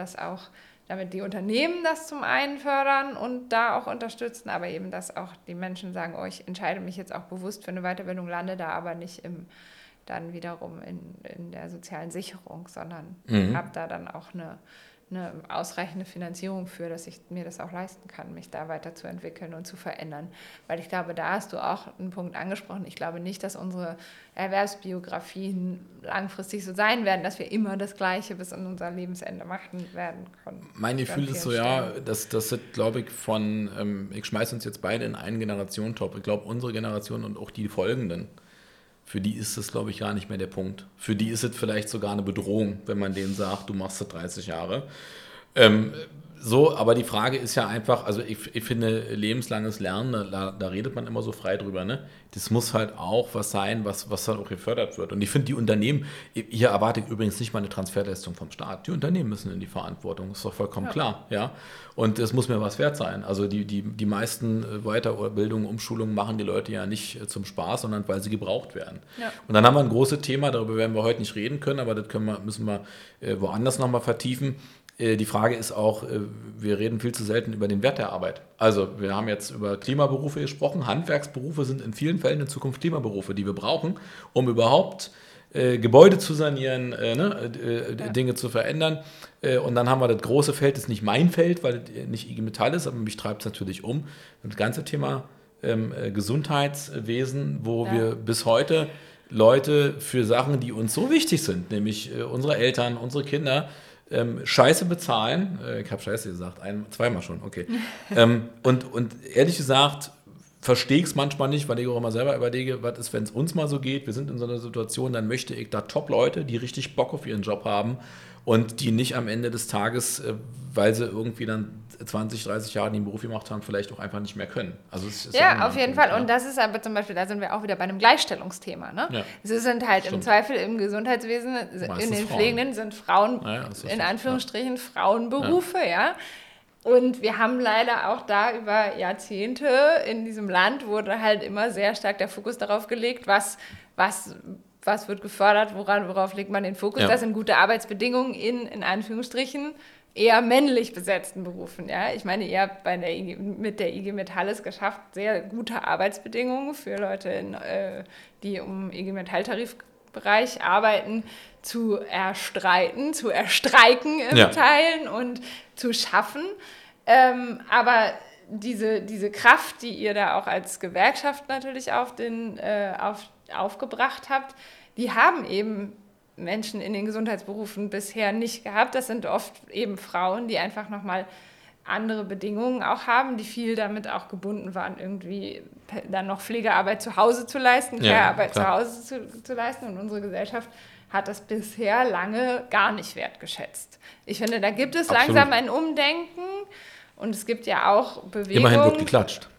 die Unternehmen das zum einen fördern und da auch unterstützen, aber eben, dass auch die Menschen sagen, ich entscheide mich jetzt auch bewusst für eine Weiterbildung, lande da aber nicht dann wiederum in der sozialen Sicherung, sondern habe da dann auch eine ausreichende Finanzierung für, dass ich mir das auch leisten kann, mich da weiterzuentwickeln und zu verändern. Weil ich glaube, da hast du auch einen Punkt angesprochen. Ich glaube nicht, dass unsere Erwerbsbiografien langfristig so sein werden, dass wir immer das Gleiche bis an unser Lebensende machen werden können. Mein Gefühl ist so, das ist, glaube ich, ich schmeiße uns jetzt beide in einen Generationentopf. Ich glaube, unsere Generation und auch die folgenden, für die ist das, glaube ich, gar nicht mehr der Punkt. Für die ist es vielleicht sogar eine Bedrohung, wenn man denen sagt, du machst das 30 Jahre. Aber die Frage ist ja einfach, also ich finde, lebenslanges Lernen, da redet man immer so frei drüber, ne? Das muss halt auch was sein, was halt auch gefördert wird. Und ich finde, die Unternehmen, hier erwarte ich übrigens nicht mal eine Transferleistung vom Staat. Die Unternehmen müssen in die Verantwortung, ist doch vollkommen klar, ja. Und es muss mir was wert sein. Also die meisten Weiterbildungen, Umschulungen machen die Leute ja nicht zum Spaß, sondern weil sie gebraucht werden. Ja. Und dann haben wir ein großes Thema, darüber werden wir heute nicht reden können, aber das müssen wir woanders nochmal vertiefen. Die Frage ist auch, wir reden viel zu selten über den Wert der Arbeit. Also wir haben jetzt über Klimaberufe gesprochen. Handwerksberufe sind in vielen Fällen in Zukunft Klimaberufe, die wir brauchen, um überhaupt Gebäude zu sanieren, Dinge zu verändern. Und dann haben wir das große Feld, das ist nicht mein Feld, weil es nicht IG Metall ist, aber mich treibt es natürlich um. Das ganze Thema Gesundheitswesen, wo wir bis heute Leute für Sachen, die uns so wichtig sind, nämlich unsere Eltern, unsere Kinder, Scheiße bezahlen. Ich habe Scheiße gesagt, zweimal schon, okay. Und ehrlich gesagt, verstehe ich es manchmal nicht, weil ich auch immer selber überlege, was ist, wenn es uns mal so geht, wir sind in so einer Situation, dann möchte ich da Top-Leute, die richtig Bock auf ihren Job haben und die nicht am Ende des Tages, weil sie irgendwie dann 20, 30 Jahre den Beruf gemacht haben, vielleicht auch einfach nicht mehr können. Also es ist auf jeden Fall. Und das ist aber zum Beispiel, da sind wir auch wieder bei einem Gleichstellungsthema. Ne? Ja. Es sind halt im Zweifel im Gesundheitswesen, meistens in den Pflegenden sind Frauen, in Anführungsstrichen, Frauenberufe, ja. Und wir haben leider auch da über Jahrzehnte in diesem Land wurde halt immer sehr stark der Fokus darauf gelegt, was wird gefördert, worauf legt man den Fokus. Das sind gute Arbeitsbedingungen in Anführungsstrichen, eher männlich besetzten Berufen. Ja? Ich meine, ihr habt mit der IG Metall es geschafft, sehr gute Arbeitsbedingungen für Leute, die im IG Metall-Tarifbereich arbeiten, zu erstreiken im Teilen und zu schaffen. Aber diese Kraft, die ihr da auch als Gewerkschaft natürlich aufgebracht habt, die haben eben Menschen in den Gesundheitsberufen bisher nicht gehabt. Das sind oft eben Frauen, die einfach nochmal andere Bedingungen auch haben, die viel damit auch gebunden waren, irgendwie dann noch Pflegearbeit zu Hause zu leisten, Care-Arbeit zu Hause zu leisten. Und unsere Gesellschaft hat das bisher lange gar nicht wertgeschätzt. Ich finde, da gibt es langsam ein Umdenken und es gibt ja auch Bewegungen. Immerhin wird geklatscht.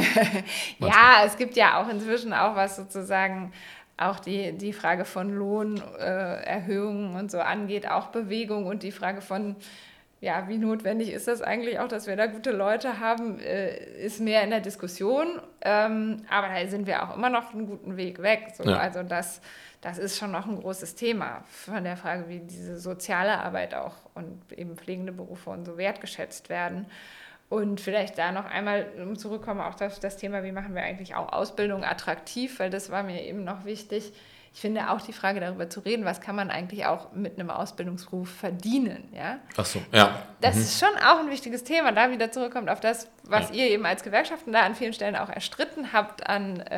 Ja, es gibt ja auch inzwischen auch was sozusagen auch die Frage von Lohnerhöhungen und so angeht, auch Bewegung und die Frage von, ja, wie notwendig ist das eigentlich auch, dass wir da gute Leute haben, ist mehr in der Diskussion, aber da sind wir auch immer noch einen guten Weg weg. So. Ja. Also das ist schon noch ein großes Thema von der Frage, wie diese soziale Arbeit auch und eben pflegende Berufe und so wertgeschätzt werden. Und vielleicht da noch einmal, um zurückkommen, auch das Thema, wie machen wir eigentlich auch Ausbildung attraktiv, weil das war mir eben noch wichtig. Ich finde auch die Frage darüber zu reden, was kann man eigentlich auch mit einem Ausbildungsberuf verdienen, ja? Ach so, ja. Das ist schon auch ein wichtiges Thema, da wieder zurückkommt auf das, was ihr eben als Gewerkschaften da an vielen Stellen auch erstritten habt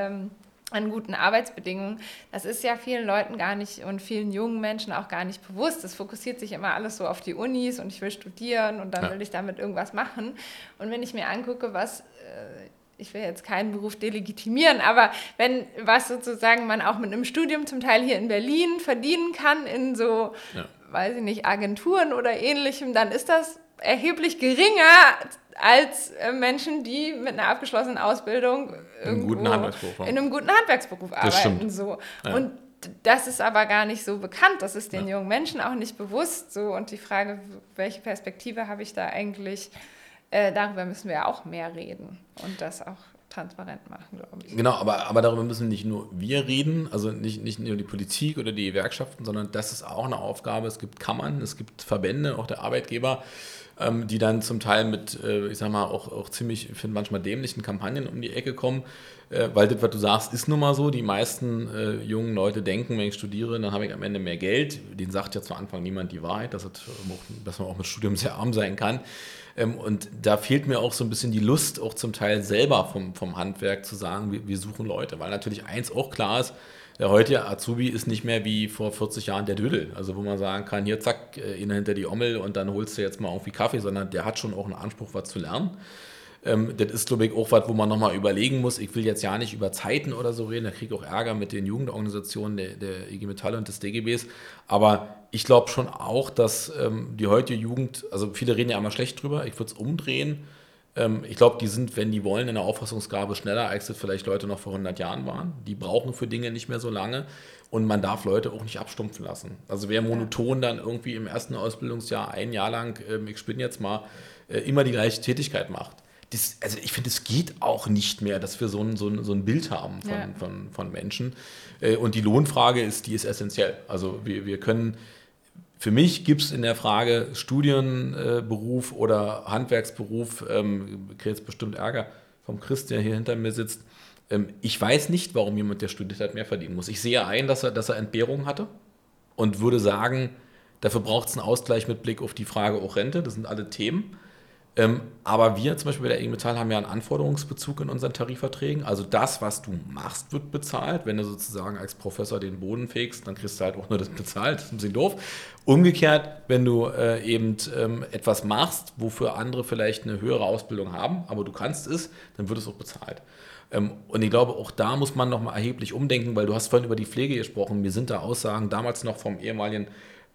an guten Arbeitsbedingungen. Das ist ja vielen Leuten gar nicht und vielen jungen Menschen auch gar nicht bewusst. Es fokussiert sich immer alles so auf die Unis und ich will studieren und dann will ich damit irgendwas machen. Und wenn ich mir angucke, ich will jetzt keinen Beruf delegitimieren, aber was sozusagen man auch mit einem Studium zum Teil hier in Berlin verdienen kann in so, weiß ich nicht, Agenturen oder Ähnlichem, dann ist das erheblich geringer als Menschen, die mit einer abgeschlossenen Ausbildung in einem guten Handwerksberuf arbeiten. So. Ja. Und das ist aber gar nicht so bekannt, das ist den jungen Menschen auch nicht bewusst. So. Und die Frage, welche Perspektive habe ich da eigentlich, darüber müssen wir auch mehr reden und das auch transparent machen, glaube ich. Genau, aber darüber müssen nicht nur wir reden, also nicht nur die Politik oder die Gewerkschaften, sondern das ist auch eine Aufgabe. Es gibt Kammern, es gibt Verbände, auch der Arbeitgeber, die dann zum Teil mit, ich sag mal, auch ziemlich, ich finde manchmal dämlichen Kampagnen um die Ecke kommen, weil das, was du sagst, ist nun mal so. Die meisten jungen Leute denken, wenn ich studiere, dann habe ich am Ende mehr Geld. Denen sagt ja zu Anfang niemand die Wahrheit, dass man auch mit Studium sehr arm sein kann. Und da fehlt mir auch so ein bisschen die Lust, auch zum Teil selber vom Handwerk zu sagen, wir suchen Leute. Weil natürlich eins auch klar ist, der heutige Azubi ist nicht mehr wie vor 40 Jahren der Dödel. Also wo man sagen kann, hier zack, ihn hinter die Ommel und dann holst du jetzt mal irgendwie Kaffee, sondern der hat schon auch einen Anspruch, was zu lernen. Das ist, glaube ich, auch was, wo man nochmal überlegen muss. Ich will jetzt ja nicht über Zeiten oder so reden, da kriege ich auch Ärger mit den Jugendorganisationen der IG Metall und des DGBs. Aber ich glaube schon auch, dass die heutige Jugend, also viele reden ja immer schlecht drüber, ich würde es umdrehen. Ich glaube, die sind, wenn die wollen, in der Auffassungsgabe schneller, als das vielleicht Leute noch vor 100 Jahren waren. Die brauchen für Dinge nicht mehr so lange und man darf Leute auch nicht abstumpfen lassen. Also wer monoton dann irgendwie im ersten Ausbildungsjahr ein Jahr lang, ich spinne jetzt mal, immer die gleiche Tätigkeit macht. Also ich finde, es geht auch nicht mehr, dass wir so ein Bild haben von Menschen. Und die Lohnfrage die ist essentiell. Also wir können... Für mich gibt es in der Frage Studienberuf oder Handwerksberuf, ich kriege jetzt bestimmt Ärger vom Chris, der hier hinter mir sitzt. Ich weiß nicht, warum jemand, der studiert hat, mehr verdienen muss. Ich sehe ein, dass er Entbehrungen hatte und würde sagen, dafür braucht es einen Ausgleich mit Blick auf die Frage auch Rente. Das sind alle Themen. Aber wir zum Beispiel bei der IG Metall haben ja einen Anforderungsbezug in unseren Tarifverträgen. Also das, was du machst, wird bezahlt. Wenn du sozusagen als Professor den Boden fegst, dann kriegst du halt auch nur das bezahlt. Das ist ein bisschen doof. Umgekehrt, wenn du etwas machst, wofür andere vielleicht eine höhere Ausbildung haben, aber du kannst es, dann wird es auch bezahlt. Und ich glaube, auch da muss man nochmal erheblich umdenken, weil du hast vorhin über die Pflege gesprochen. Mir sind da Aussagen damals noch vom ehemaligen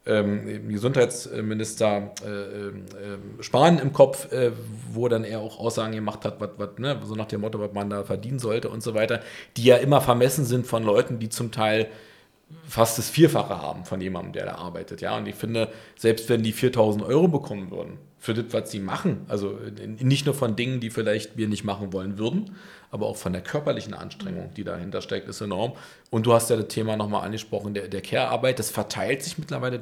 Gesundheitsminister Spahn im Kopf, wo dann er auch Aussagen gemacht hat, so nach dem Motto, was man da verdienen sollte und so weiter, die ja immer vermessen sind von Leuten, die zum Teil fast das Vierfache haben von jemandem, der da arbeitet. Ja? Und ich finde, selbst wenn die 4.000 € bekommen würden für das, was sie machen, also nicht nur von Dingen, die vielleicht wir nicht machen wollen würden, aber auch von der körperlichen Anstrengung, die dahinter steckt, ist enorm. Und du hast ja das Thema nochmal angesprochen, der Care-Arbeit, das verteilt sich mittlerweile, glaube ich,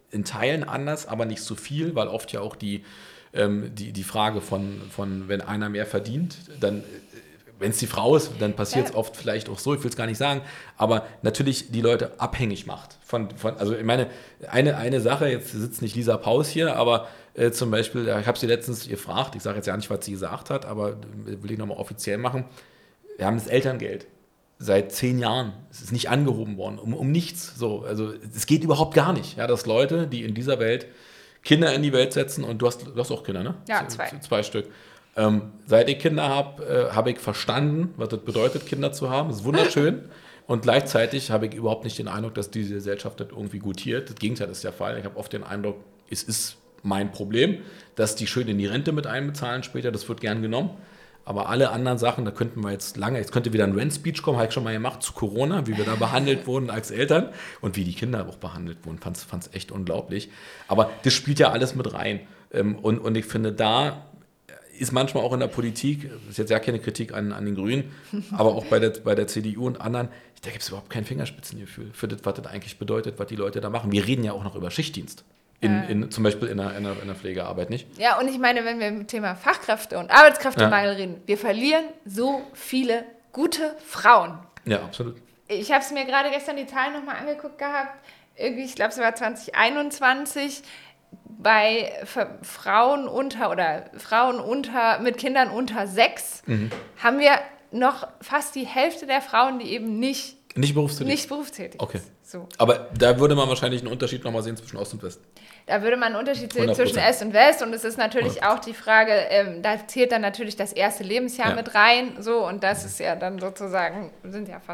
in Teilen anders, aber nicht so viel, weil oft ja auch die Frage von wenn einer mehr verdient, dann, wenn es die Frau ist, dann passiert es oft vielleicht auch so, ich will es gar nicht sagen, aber natürlich die Leute abhängig macht. Also ich meine, eine Sache, jetzt sitzt nicht Lisa Paus hier, aber zum Beispiel, ich habe sie letztens gefragt, ich sage jetzt ja nicht, was sie gesagt hat, aber will ich nochmal offiziell machen, wir haben das Elterngeld seit 10 Jahren, es ist nicht angehoben worden, um nichts. So, also es geht überhaupt gar nicht, ja, dass Leute, die in dieser Welt Kinder in die Welt setzen, und du hast auch Kinder, ne? Ja, 2. 2 Stück. Seit ich Kinder habe ich verstanden, was das bedeutet, Kinder zu haben. Das ist wunderschön. Und gleichzeitig habe ich überhaupt nicht den Eindruck, dass diese Gesellschaft das irgendwie gutiert. Das Gegenteil ist der Fall. Ich habe oft den Eindruck, es ist mein Problem, dass die schön in die Rente mit einbezahlen später. Das wird gern genommen. Aber alle anderen Sachen, da könnten wir jetzt könnte wieder ein Rent-Speech kommen, habe ich schon mal gemacht, zu Corona, wie wir da behandelt wurden als Eltern und wie die Kinder auch behandelt wurden. Fand es echt unglaublich. Aber das spielt ja alles mit rein. Und ich finde, da ist manchmal auch in der Politik, das ist jetzt ja keine Kritik an den Grünen, aber auch bei der CDU und anderen, da gibt es überhaupt kein Fingerspitzengefühl für das, was das eigentlich bedeutet, was die Leute da machen. Wir reden ja auch noch über Schichtdienst. Zum Beispiel in der Pflegearbeit, nicht? Ja, und ich meine, wenn wir mit dem Thema Fachkräfte und Arbeitskräftemangel reden, wir verlieren so viele gute Frauen. Ja, absolut. Ich habe es mir gerade gestern die Zahlen nochmal angeguckt gehabt. Irgendwie, ich glaube, es war 2021, bei Frauen mit Kindern unter 6 haben wir noch fast die Hälfte der Frauen, die eben nicht berufstätig Okay. So. Aber da würde man wahrscheinlich einen Unterschied nochmal sehen zwischen Ost und West. Da würde man einen Unterschied sehen zwischen Ost und West, und es ist natürlich 100%. Auch die Frage, da zählt dann natürlich das erste Lebensjahr mit rein, so, und das ist ja dann sozusagen, sind ja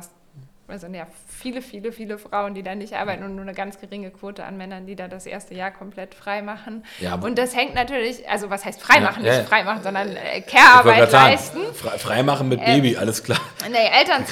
viele Frauen, die da nicht arbeiten, und nur eine ganz geringe Quote an Männern, die da das erste Jahr komplett frei machen. Ja, und das hängt natürlich, also was heißt freimachen, nicht freimachen, sondern Care-Arbeit leisten. Freimachen mit Baby, alles klar. Nee,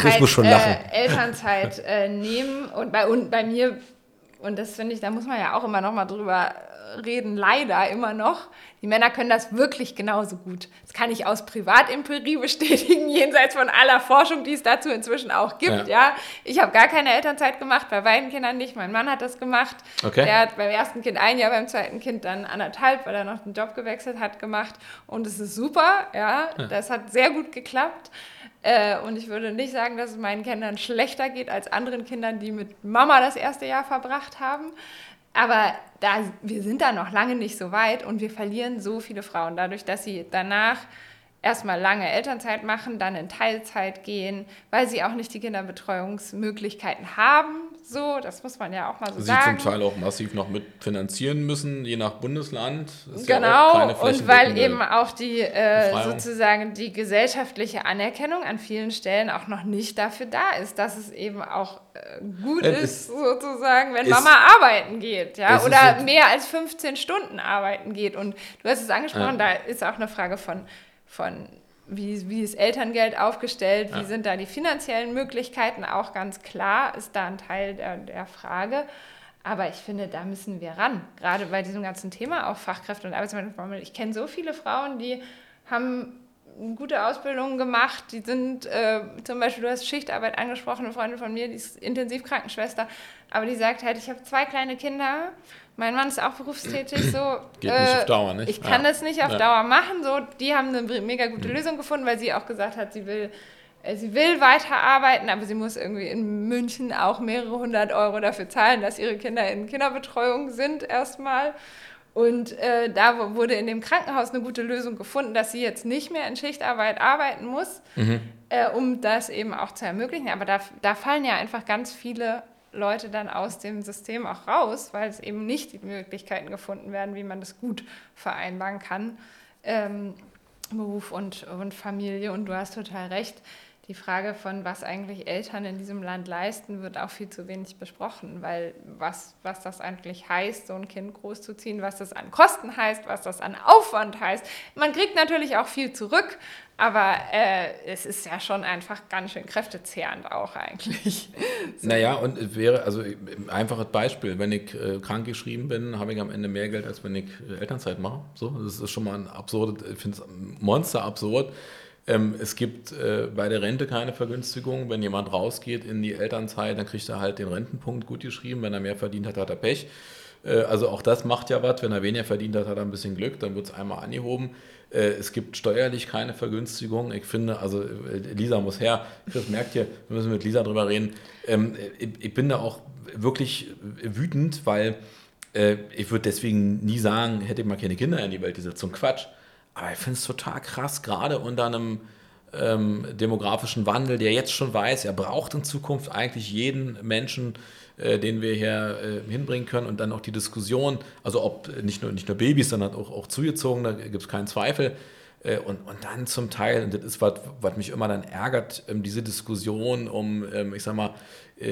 Elternzeit nehmen, und bei mir, und das finde ich, da muss man ja auch immer noch mal drüber reden, leider immer noch. Die Männer können das wirklich genauso gut. Das kann ich aus Privatempirie bestätigen, jenseits von aller Forschung, die es dazu inzwischen auch gibt. Ja. Ich habe gar keine Elternzeit gemacht, bei beiden Kindern nicht. Mein Mann hat das gemacht. Okay. Der hat beim ersten Kind 1 Jahr, beim zweiten Kind dann 1,5, weil er noch den Job gewechselt hat, gemacht. Und es ist super, das hat sehr gut geklappt. Und ich würde nicht sagen, dass es meinen Kindern schlechter geht als anderen Kindern, die mit Mama das erste Jahr verbracht haben. Aber wir sind da noch lange nicht so weit, und wir verlieren so viele Frauen dadurch, dass sie danach erstmal lange Elternzeit machen, dann in Teilzeit gehen, weil sie auch nicht die Kinderbetreuungsmöglichkeiten haben. So, das muss man ja auch mal so sagen. Sie zum Teil auch massiv noch mitfinanzieren müssen, je nach Bundesland. Ist genau, ja, und weil eben auch sozusagen die gesellschaftliche Anerkennung an vielen Stellen auch noch nicht dafür da ist, dass es eben auch gut ist, sozusagen, wenn Mama arbeiten geht, ja, oder mehr als 15 Stunden arbeiten geht. Und du hast es angesprochen, da ist auch eine Frage von wie ist Elterngeld aufgestellt, wie sind da die finanziellen Möglichkeiten, auch ganz klar ist da ein Teil der Frage. Aber ich finde, da müssen wir ran, gerade bei diesem ganzen Thema auch Fachkräfte und Arbeitsmarktformen. Ich kenne so viele Frauen, die haben gute Ausbildungen gemacht, die sind zum Beispiel, du hast Schichtarbeit angesprochen, eine Freundin von mir, die ist Intensivkrankenschwester, aber die sagt halt, ich habe 2 kleine Kinder, mein Mann ist auch berufstätig, so. Geht nicht auf Dauer, nicht? Ich kann das nicht auf Dauer machen, so. Die haben eine mega gute Lösung gefunden, weil sie auch gesagt hat, sie will weiterarbeiten, aber sie muss irgendwie in München auch mehrere 100 € dafür zahlen, dass ihre Kinder in Kinderbetreuung sind erstmal. Und da wurde in dem Krankenhaus eine gute Lösung gefunden, dass sie jetzt nicht mehr in Schichtarbeit arbeiten muss, um das eben auch zu ermöglichen. Aber da fallen ja einfach ganz viele Leute dann aus dem System auch raus, weil es eben nicht die Möglichkeiten gefunden werden, wie man das gut vereinbaren kann, Beruf und Familie. Und du hast total recht, die Frage von, was eigentlich Eltern in diesem Land leisten, wird auch viel zu wenig besprochen, weil was das eigentlich heißt, so ein Kind großzuziehen, was das an Kosten heißt, was das an Aufwand heißt. Man kriegt natürlich auch viel zurück, aber es ist ja schon einfach ganz schön kräftezehrend auch eigentlich. So. Naja, und es wäre, also ein einfaches Beispiel, wenn ich krankgeschrieben bin, habe ich am Ende mehr Geld, als wenn ich Elternzeit mache. So, das ist schon mal ein absurd, ich finde es monsterabsurd. Es gibt bei der Rente keine Vergünstigung. Wenn jemand rausgeht in die Elternzeit, dann kriegt er halt den Rentenpunkt gut geschrieben. Wenn er mehr verdient hat, hat er Pech. Also auch das macht ja was. Wenn er weniger verdient hat, hat er ein bisschen Glück, dann wird es einmal angehoben. Es gibt steuerlich keine Vergünstigung. Ich finde, also Lisa muss her. Chris merkt hier, wir müssen mit Lisa drüber reden. Ich bin da auch wirklich wütend, weil ich würde deswegen nie sagen, hätte ich mal keine Kinder in die Welt gesetzt. So ein Quatsch. Aber ich finde es total krass, gerade unter einem demografischen Wandel, der jetzt schon weiß, er braucht in Zukunft eigentlich jeden Menschen, den wir hier hinbringen können, und dann auch die Diskussion, also ob nicht nur Babys, sondern auch zugezogen, da gibt es keinen Zweifel. Und dann zum Teil, und das ist was mich immer dann ärgert, diese Diskussion um, ich sag mal,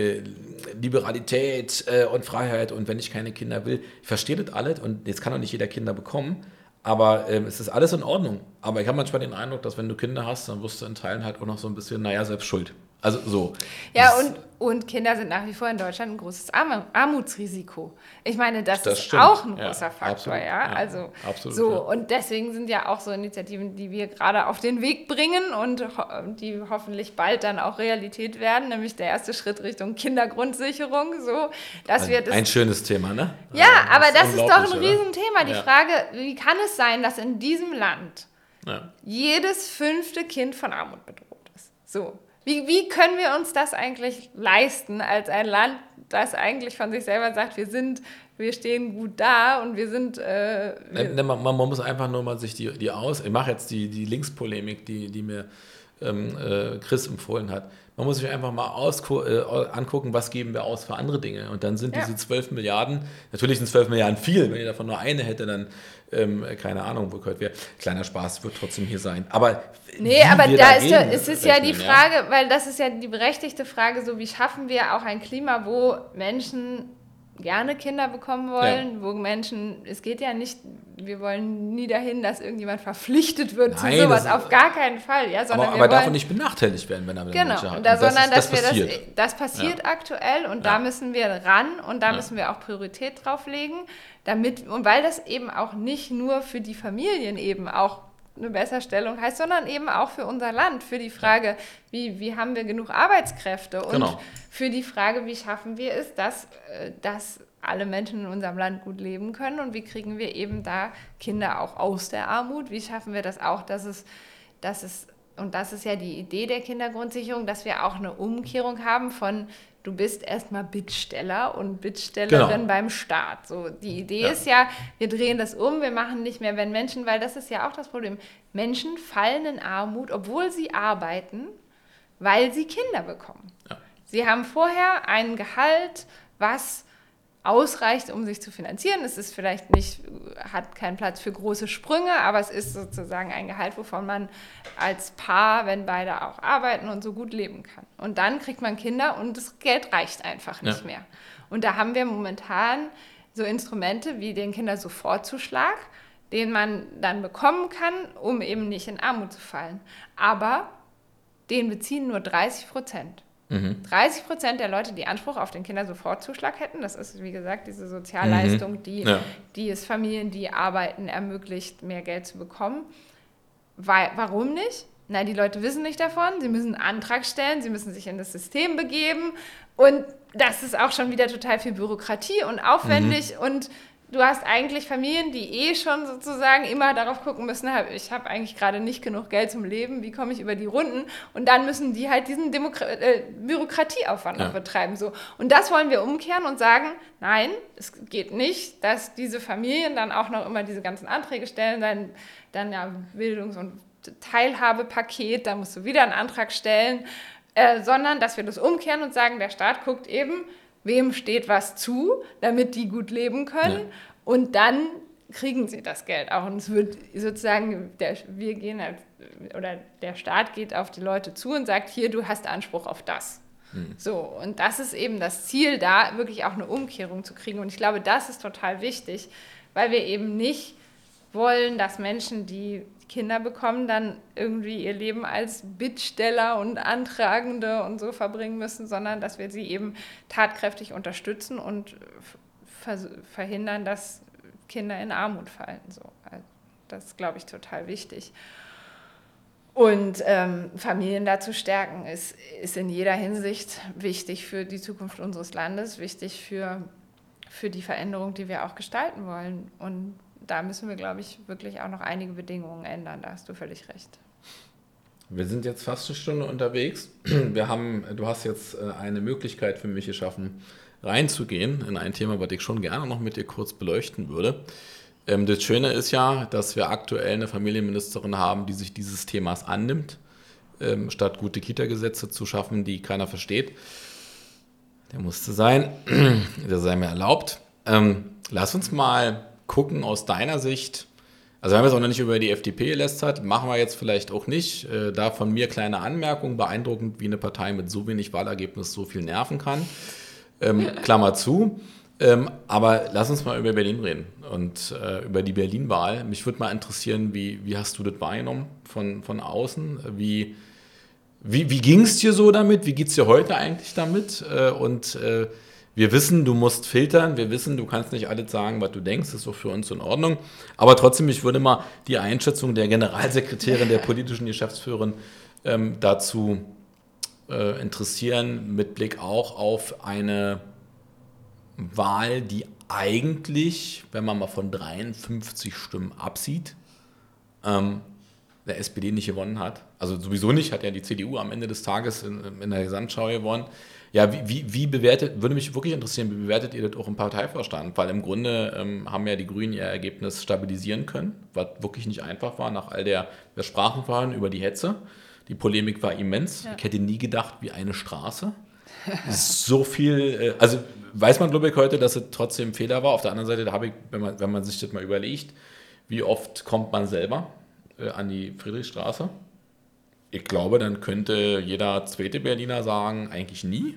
Liberalität und Freiheit, und wenn ich keine Kinder will, ich verstehe das alles, und jetzt kann doch nicht jeder Kinder bekommen, aber es ist alles in Ordnung. Aber ich habe manchmal den Eindruck, dass wenn du Kinder hast, dann wirst du in Teilen halt auch noch so ein bisschen, selbst schuld. Also so. Ja, und Kinder sind nach wie vor in Deutschland ein großes Armutsrisiko. Ich meine, das ist stimmt. Auch ein großer Faktor, absolut, Also absolut, so, und deswegen sind ja auch so Initiativen, die wir gerade auf den Weg bringen und die hoffentlich bald dann auch Realität werden, nämlich der erste Schritt Richtung Kindergrundsicherung. So, dass wir das, ein schönes Thema, ne? Ja, aber das ist doch ein Riesenthema. Die Frage, wie kann es sein, dass in diesem Land jedes 5. Kind von Armut bedroht ist? So. Wie können wir uns das eigentlich leisten als ein Land, das eigentlich von sich selber sagt, wir stehen gut da und wir sind... man muss einfach nur mal sich die aus... Ich mache jetzt die Linkspolemik, die mir Chris empfohlen hat. Man muss sich einfach mal angucken, was geben wir aus für andere Dinge. Und dann sind diese 12 Milliarden, natürlich sind 12 Milliarden viel, wenn ihr davon nur eine hätte, dann keine Ahnung, wo gehört wäre. Kleiner Spaß wird trotzdem hier sein. Aber da ist es ja die Frage, weil das ist ja die berechtigte Frage, so wie schaffen wir auch ein Klima, wo Menschen gerne Kinder bekommen wollen, wo Menschen, es geht ja nicht, wir wollen nie dahin, dass irgendjemand verpflichtet wird zu sowas, auf gar keinen Fall. Ja, sondern aber darf nicht benachteiligt werden, wenn er Menschen hat. Das passiert aktuell, und da müssen wir ran, und da müssen wir auch Priorität drauf legen, und weil das eben auch nicht nur für die Familien eben auch eine Besserstellung heißt, sondern eben auch für unser Land, für die Frage, wie haben wir genug Arbeitskräfte, und für die Frage, wie schaffen wir es, dass alle Menschen in unserem Land gut leben können, und wie kriegen wir eben da Kinder auch aus der Armut, wie schaffen wir das auch, und das ist ja die Idee der Kindergrundsicherung, dass wir auch eine Umkehrung haben von du bist erstmal Bittsteller und Bittstellerin beim Staat. So, die Idee ist ja, wir drehen das um, wir machen nicht mehr, wenn Menschen, weil das ist ja auch das Problem, Menschen fallen in Armut, obwohl sie arbeiten, weil sie Kinder bekommen. Ja. Sie haben vorher ein Gehalt, was ausreicht, um sich zu finanzieren. Es ist vielleicht nicht, hat keinen Platz für große Sprünge, aber es ist sozusagen ein Gehalt, wovon man als Paar, wenn beide auch arbeiten und so gut leben kann. Und dann kriegt man Kinder und das Geld reicht einfach nicht mehr. Und da haben wir momentan so Instrumente wie den Kindersofortzuschlag, den man dann bekommen kann, um eben nicht in Armut zu fallen. Aber den beziehen nur 30%. 30% der Leute, die Anspruch auf den Kindersofortzuschlag hätten, das ist, wie gesagt, diese Sozialleistung, die es Familien, die arbeiten, ermöglicht, mehr Geld zu bekommen. Warum nicht? Na, die Leute wissen nicht davon, sie müssen einen Antrag stellen, sie müssen sich in das System begeben, und das ist auch schon wieder total viel Bürokratie und aufwendig, und du hast eigentlich Familien, die schon sozusagen immer darauf gucken müssen, ich habe eigentlich gerade nicht genug Geld zum Leben, wie komme ich über die Runden? Und dann müssen die halt diesen Bürokratieaufwand noch betreiben. So. Und das wollen wir umkehren und sagen, nein, es geht nicht, dass diese Familien dann auch noch immer diese ganzen Anträge stellen, dann ja Bildungs- und Teilhabepaket, da musst du wieder einen Antrag stellen, sondern dass wir das umkehren und sagen, der Staat guckt eben, wem steht was zu, damit die gut leben können, und dann kriegen sie das Geld auch. Und es wird sozusagen, der Staat geht auf die Leute zu und sagt, hier, du hast Anspruch auf das. So, und das ist eben das Ziel, da wirklich auch eine Umkehrung zu kriegen. Und ich glaube, das ist total wichtig, weil wir eben nicht wollen, dass Menschen, die Kinder bekommen, dann irgendwie ihr Leben als Bittsteller und Antragende und so verbringen müssen, sondern dass wir sie eben tatkräftig unterstützen und verhindern, dass Kinder in Armut fallen. So. Also das ist, glaube ich, total wichtig. Und Familien dazu stärken ist in jeder Hinsicht wichtig für die Zukunft unseres Landes, wichtig für für die Veränderung, die wir auch gestalten wollen. Und da müssen wir, glaube ich, wirklich auch noch einige Bedingungen ändern. Da hast du völlig recht. Wir sind jetzt fast eine Stunde unterwegs. Du hast jetzt eine Möglichkeit für mich geschaffen, reinzugehen in ein Thema, was ich schon gerne noch mit dir kurz beleuchten würde. Das Schöne ist ja, dass wir aktuell eine Familienministerin haben, die sich dieses Themas annimmt, statt gute Kita-Gesetze zu schaffen, die keiner versteht. Der musste sein, der sei mir erlaubt. Lass uns mal gucken aus deiner Sicht. Also wir haben jetzt auch noch nicht über die FDP gelästert, machen wir jetzt vielleicht auch nicht. Da von mir kleine Anmerkung, beeindruckend, wie eine Partei mit so wenig Wahlergebnis so viel nerven kann. Klammer zu. Aber lass uns mal über Berlin reden und über die Berlin-Wahl. Mich würde mal interessieren, wie hast du das wahrgenommen von außen? Wie ging es dir so damit? Wie geht es dir heute eigentlich damit? Wir wissen, du musst filtern, wir wissen, du kannst nicht alles sagen, was du denkst, das ist auch für uns in Ordnung. Aber trotzdem, mich würde mal die Einschätzung der Generalsekretärin, der politischen Geschäftsführerin dazu interessieren, mit Blick auch auf eine Wahl, die eigentlich, wenn man mal von 53 Stimmen absieht, der SPD nicht gewonnen hat. Also sowieso nicht, hat ja die CDU am Ende des Tages in der Gesamtschau gewonnen. Ja, wie bewertet, würde mich wirklich interessieren, wie bewertet ihr das auch im Parteivorstand? Weil im Grunde haben ja die Grünen ihr Ergebnis stabilisieren können, was wirklich nicht einfach war, nach all der Sprachenverfahren über die Hetze. Die Polemik war immens. Ja. Ich hätte nie gedacht, wie eine Straße. So viel, also weiß man, glaube ich, heute, dass es trotzdem ein Fehler war. Auf der anderen Seite, da habe ich, wenn man sich das mal überlegt, wie oft kommt man selber an die Friedrichstraße? Ich glaube, dann könnte jeder zweite Berliner sagen, eigentlich nie.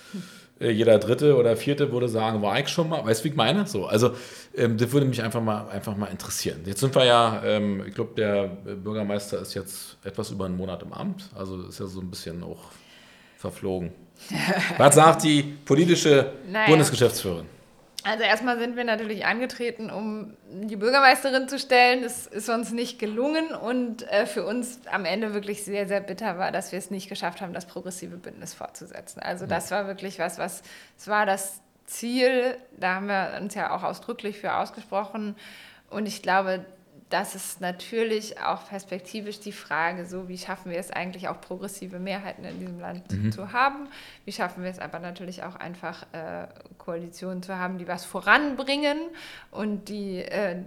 Jeder dritte oder vierte würde sagen, war ich schon mal. Weißt du, wie ich meine? So, also das würde mich einfach mal interessieren. Jetzt sind wir ja, ich glaube, der Bürgermeister ist jetzt etwas über einen Monat im Amt. Also ist ja so ein bisschen auch verflogen. Was sagt die politische Bundesgeschäftsführerin? Also erstmal sind wir natürlich angetreten, um die Bürgermeisterin zu stellen. Das ist uns nicht gelungen und für uns am Ende wirklich sehr, sehr bitter war, dass wir es nicht geschafft haben, das progressive Bündnis fortzusetzen. Also das war wirklich es war das Ziel, da haben wir uns ja auch ausdrücklich für ausgesprochen und ich glaube, das ist natürlich auch perspektivisch die Frage, so wie schaffen wir es eigentlich auch progressive Mehrheiten in diesem Land zu haben, wie schaffen wir es aber natürlich auch einfach Koalitionen zu haben, die was voranbringen und die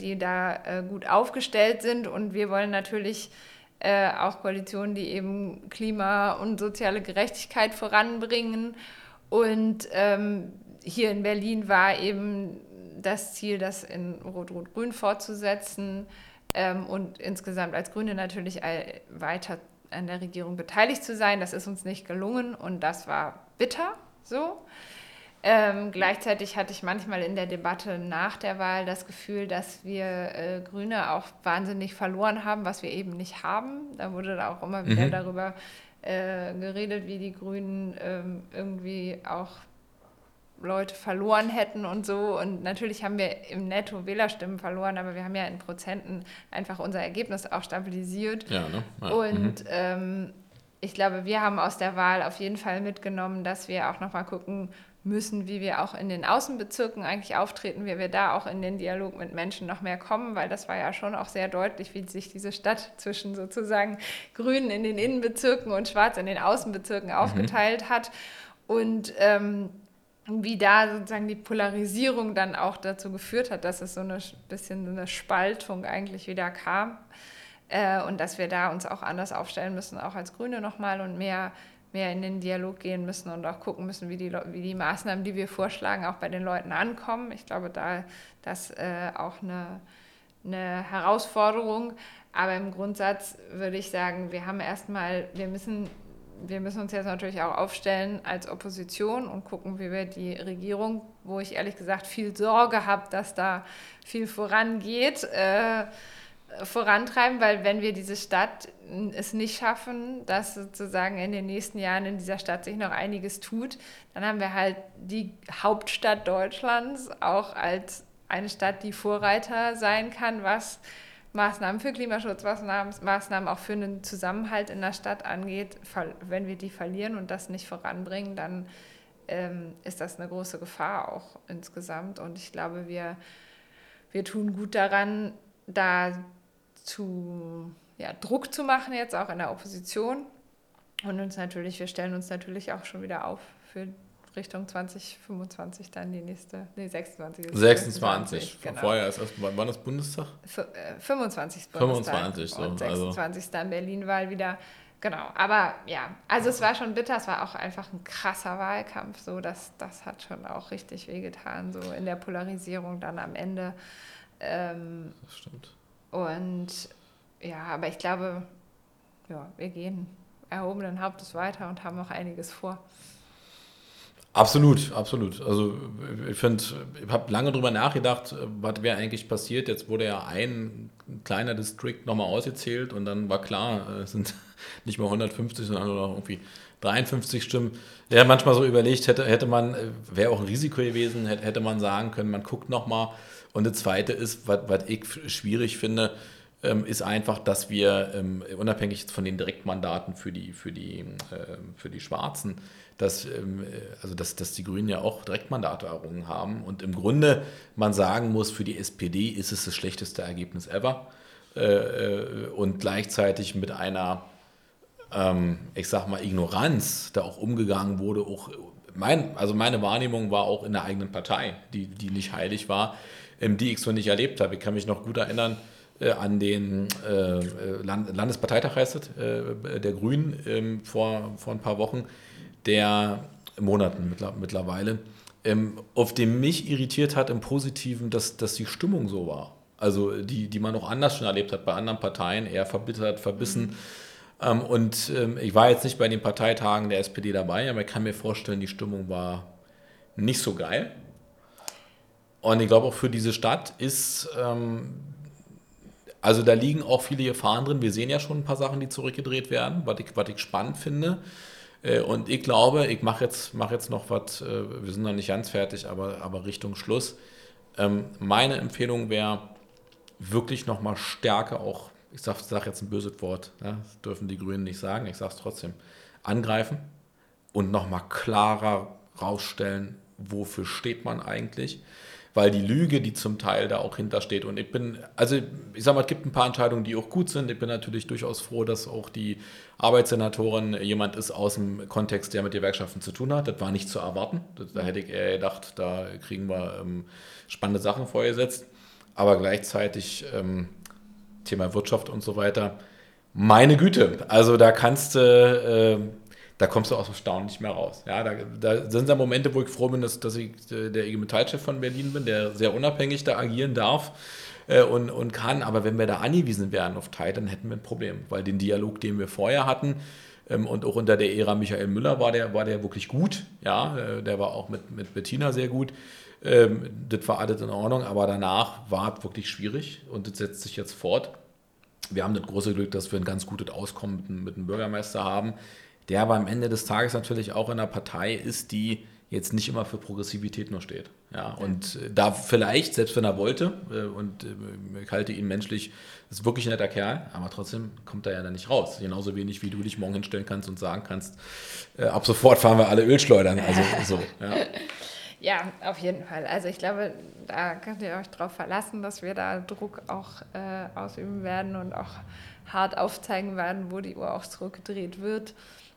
da gut aufgestellt sind und wir wollen natürlich auch Koalitionen, die eben Klima und soziale Gerechtigkeit voranbringen und hier in Berlin war eben das Ziel, das in Rot-Rot-Grün fortzusetzen und insgesamt als Grüne natürlich weiter an der Regierung beteiligt zu sein. Das ist uns nicht gelungen und das war bitter so. Gleichzeitig hatte ich manchmal in der Debatte nach der Wahl das Gefühl, dass wir Grüne auch wahnsinnig verloren haben, was wir eben nicht haben. Da wurde da auch immer wieder darüber geredet, wie die Grünen irgendwie auch Leute verloren hätten und so. Und natürlich haben wir im Netto Wählerstimmen verloren, aber wir haben ja in Prozenten einfach unser Ergebnis auch stabilisiert. Ja, ne? Ja. Und ich glaube, wir haben aus der Wahl auf jeden Fall mitgenommen, dass wir auch nochmal gucken müssen, wie wir auch in den Außenbezirken eigentlich auftreten, wie wir da auch in den Dialog mit Menschen noch mehr kommen, weil das war ja schon auch sehr deutlich, wie sich diese Stadt zwischen sozusagen Grünen in den Innenbezirken und Schwarz in den Außenbezirken aufgeteilt hat. Und wie da sozusagen die Polarisierung dann auch dazu geführt hat, dass es so ein bisschen so eine Spaltung eigentlich wieder kam und dass wir da uns auch anders aufstellen müssen, auch als Grüne nochmal und mehr in den Dialog gehen müssen und auch gucken müssen, wie die Maßnahmen, die wir vorschlagen, auch bei den Leuten ankommen. Ich glaube, das auch eine Herausforderung, aber im Grundsatz würde ich sagen, wir müssen uns jetzt natürlich auch aufstellen als Opposition und gucken, wie wir die Regierung, wo ich ehrlich gesagt viel Sorge habe, dass da viel vorangeht, vorantreiben, weil wenn wir diese Stadt es nicht schaffen, dass sozusagen in den nächsten Jahren in dieser Stadt sich noch einiges tut, dann haben wir halt die Hauptstadt Deutschlands auch als eine Stadt, die Vorreiter sein kann, was Maßnahmen für Klimaschutz, Maßnahmen auch für einen Zusammenhalt in der Stadt angeht. Wenn wir die verlieren und das nicht voranbringen, dann ist das eine große Gefahr auch insgesamt. Und ich glaube, wir tun gut daran, da Druck zu machen jetzt auch in der Opposition. Und wir stellen uns natürlich auch schon wieder auf für Richtung 2025 dann die nächste, 26. 26, genau. Vorher ist wann das Bundestag? 25. Bundestag. 25, so. Und 26. dann Berlin-Wahl wieder. Genau, aber ja, also es war schon bitter, es war auch einfach ein krasser Wahlkampf, so das hat schon auch richtig wehgetan, so in der Polarisierung dann am Ende. Das stimmt. Und ja, aber ich glaube, wir gehen erhobenen Hauptes weiter und haben noch einiges vor. Absolut. Also ich habe lange drüber nachgedacht, was wäre eigentlich passiert. Jetzt wurde ja ein kleiner Distrikt nochmal ausgezählt und dann war klar, es sind nicht mehr 150, sondern nur noch irgendwie 53 Stimmen. Ja, manchmal so überlegt, hätte man, wäre auch ein Risiko gewesen, hätte man sagen können, man guckt nochmal. Und das Zweite ist, was ich schwierig finde, ist einfach, dass wir unabhängig von den Direktmandaten für die Schwarzen, dass die Grünen ja auch Direktmandate errungen haben und im Grunde man sagen muss, für die SPD ist es das schlechteste Ergebnis ever und gleichzeitig mit einer, ich sag mal, Ignoranz da auch umgegangen wurde, auch meine Wahrnehmung war auch in der eigenen Partei, die nicht heilig war, die ich so nicht erlebt habe. Ich kann mich noch gut erinnern, an den Landesparteitag heißt es, der Grünen vor ein paar Wochen, Monaten mittlerweile, auf dem mich irritiert hat im Positiven, dass die Stimmung so war. Also die man auch anders schon erlebt hat bei anderen Parteien, eher verbittert, verbissen. Ich war jetzt nicht bei den Parteitagen der SPD dabei, aber ich kann mir vorstellen, die Stimmung war nicht so geil. Und ich glaube auch für diese Stadt ist... Also da liegen auch viele Gefahren drin. Wir sehen ja schon ein paar Sachen, die zurückgedreht werden, was ich spannend finde. Und ich glaube, ich mache jetzt noch was, wir sind noch nicht ganz fertig, aber Richtung Schluss. Meine Empfehlung wäre wirklich nochmal stärker auch, ich sag jetzt ein böses Wort, ja, das dürfen die Grünen nicht sagen, ich sage es trotzdem, angreifen und nochmal klarer rausstellen, wofür steht man eigentlich. Weil die Lüge, die zum Teil da auch hintersteht und ich sag mal, es gibt ein paar Entscheidungen, die auch gut sind. Ich bin natürlich durchaus froh, dass auch die Arbeitssenatorin jemand ist aus dem Kontext, der mit Gewerkschaften zu tun hat. Das war nicht zu erwarten. Da hätte ich eher gedacht, da kriegen wir spannende Sachen vorgesetzt. Aber gleichzeitig Thema Wirtschaft und so weiter. Meine Güte, also da kommst du aus dem Staunen nicht mehr raus. Ja, da sind da Momente, wo ich froh bin, dass ich der IG Metall-Chef von Berlin bin, der sehr unabhängig da agieren darf und kann. Aber wenn wir da angewiesen wären auf Teil, dann hätten wir ein Problem. Weil den Dialog, den wir vorher hatten und auch unter der Ära Michael Müller war der wirklich gut. Ja, der war auch mit Bettina sehr gut. Das war alles in Ordnung. Aber danach war es wirklich schwierig und das setzt sich jetzt fort. Wir haben das große Glück, dass wir ein ganz gutes Auskommen mit dem Bürgermeister haben, der aber am Ende des Tages natürlich auch in einer Partei ist, die jetzt nicht immer für Progressivität nur steht. Ja, und da vielleicht, selbst wenn er wollte, und ich halte ihn menschlich, ist wirklich ein netter Kerl, aber trotzdem kommt er ja dann nicht raus. Genauso wenig, wie du dich morgen hinstellen kannst und sagen kannst, ab sofort fahren wir alle Ölschleudern. Also so, ja. Ja, auf jeden Fall. Also ich glaube, da könnt ihr euch drauf verlassen, dass wir da Druck auch ausüben werden und auch hart aufzeigen werden, wo die Uhr auch zurückgedreht wird.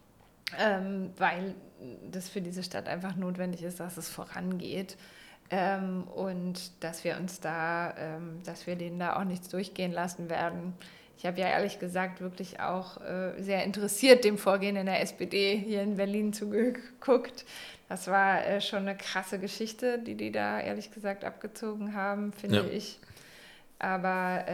Weil das für diese Stadt einfach notwendig ist, dass es vorangeht und dass wir dass wir denen da auch nichts durchgehen lassen werden. Ich habe ja ehrlich gesagt wirklich auch sehr interessiert dem Vorgehen in der SPD hier in Berlin zugeguckt. Das war schon eine krasse Geschichte, die da ehrlich gesagt abgezogen haben, finde ich. Aber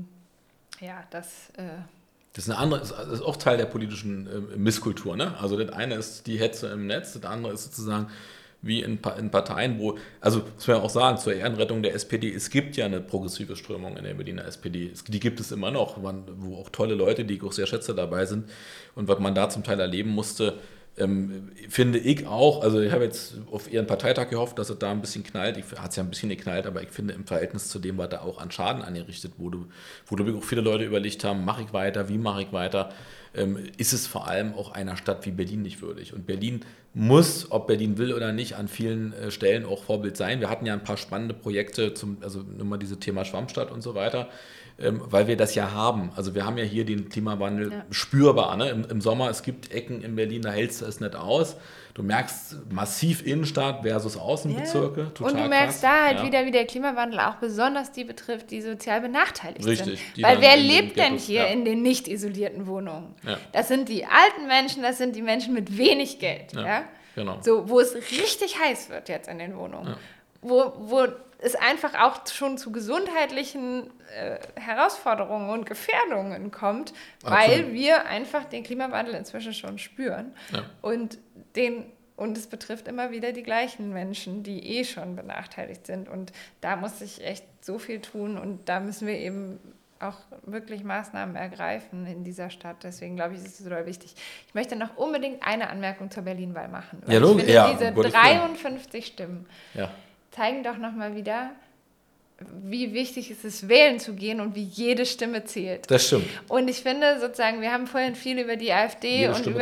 das ist das ist auch Teil der politischen Misskultur. Ne? Also das eine ist die Hetze im Netz, das andere ist sozusagen wie in Parteien, also muss man ja auch sagen, zur Ehrenrettung der SPD, es gibt ja eine progressive Strömung in der Berliner SPD, die gibt es immer noch, wo auch tolle Leute, die ich auch sehr schätze, dabei sind und was man da zum Teil erleben musste, finde ich auch, also ich habe jetzt auf ihren Parteitag gehofft, dass es da ein bisschen knallt. Hat es ja ein bisschen geknallt, aber ich finde im Verhältnis zu dem, was da auch an Schaden angerichtet wurde, wo auch viele Leute überlegt haben, mache ich weiter, wie mache ich weiter, ist es vor allem auch einer Stadt wie Berlin nicht würdig. Und Berlin muss, ob Berlin will oder nicht, an vielen Stellen auch Vorbild sein. Wir hatten ja ein paar spannende Projekte, also immer dieses Thema Schwammstadt und so weiter, weil wir das ja haben. Also wir haben ja hier den Klimawandel spürbar. Ne? Im Sommer, es gibt Ecken in Berlin, da hältst du es nicht aus. Du merkst massiv Innenstadt versus Außenbezirke. Total und du merkst krass. da halt wieder, wie der Klimawandel auch besonders die betrifft, die sozial benachteiligt Richtig, sind. Weil wer lebt denn hier in den nicht isolierten Wohnungen? Ja. Das sind die alten Menschen, das sind die Menschen mit wenig Geld. Ja? Genau. So, wo es richtig heiß wird jetzt in den Wohnungen. Ja. Wo es einfach auch schon zu gesundheitlichen Herausforderungen und Gefährdungen kommt, weil wir einfach den Klimawandel inzwischen schon spüren. Ja. Und es betrifft immer wieder die gleichen Menschen, die schon benachteiligt sind. Und da muss sich echt so viel tun und da müssen wir eben auch wirklich Maßnahmen ergreifen in dieser Stadt. Deswegen glaube ich, ist es so wichtig. Ich möchte noch unbedingt eine Anmerkung zur Berlin-Wahl machen. Weil ich finde, diese 53 Stimmen zeigen doch nochmal wieder, wie wichtig es ist, wählen zu gehen und wie jede Stimme zählt. Das stimmt. Und ich finde sozusagen, wir haben vorhin viel über die AfD und über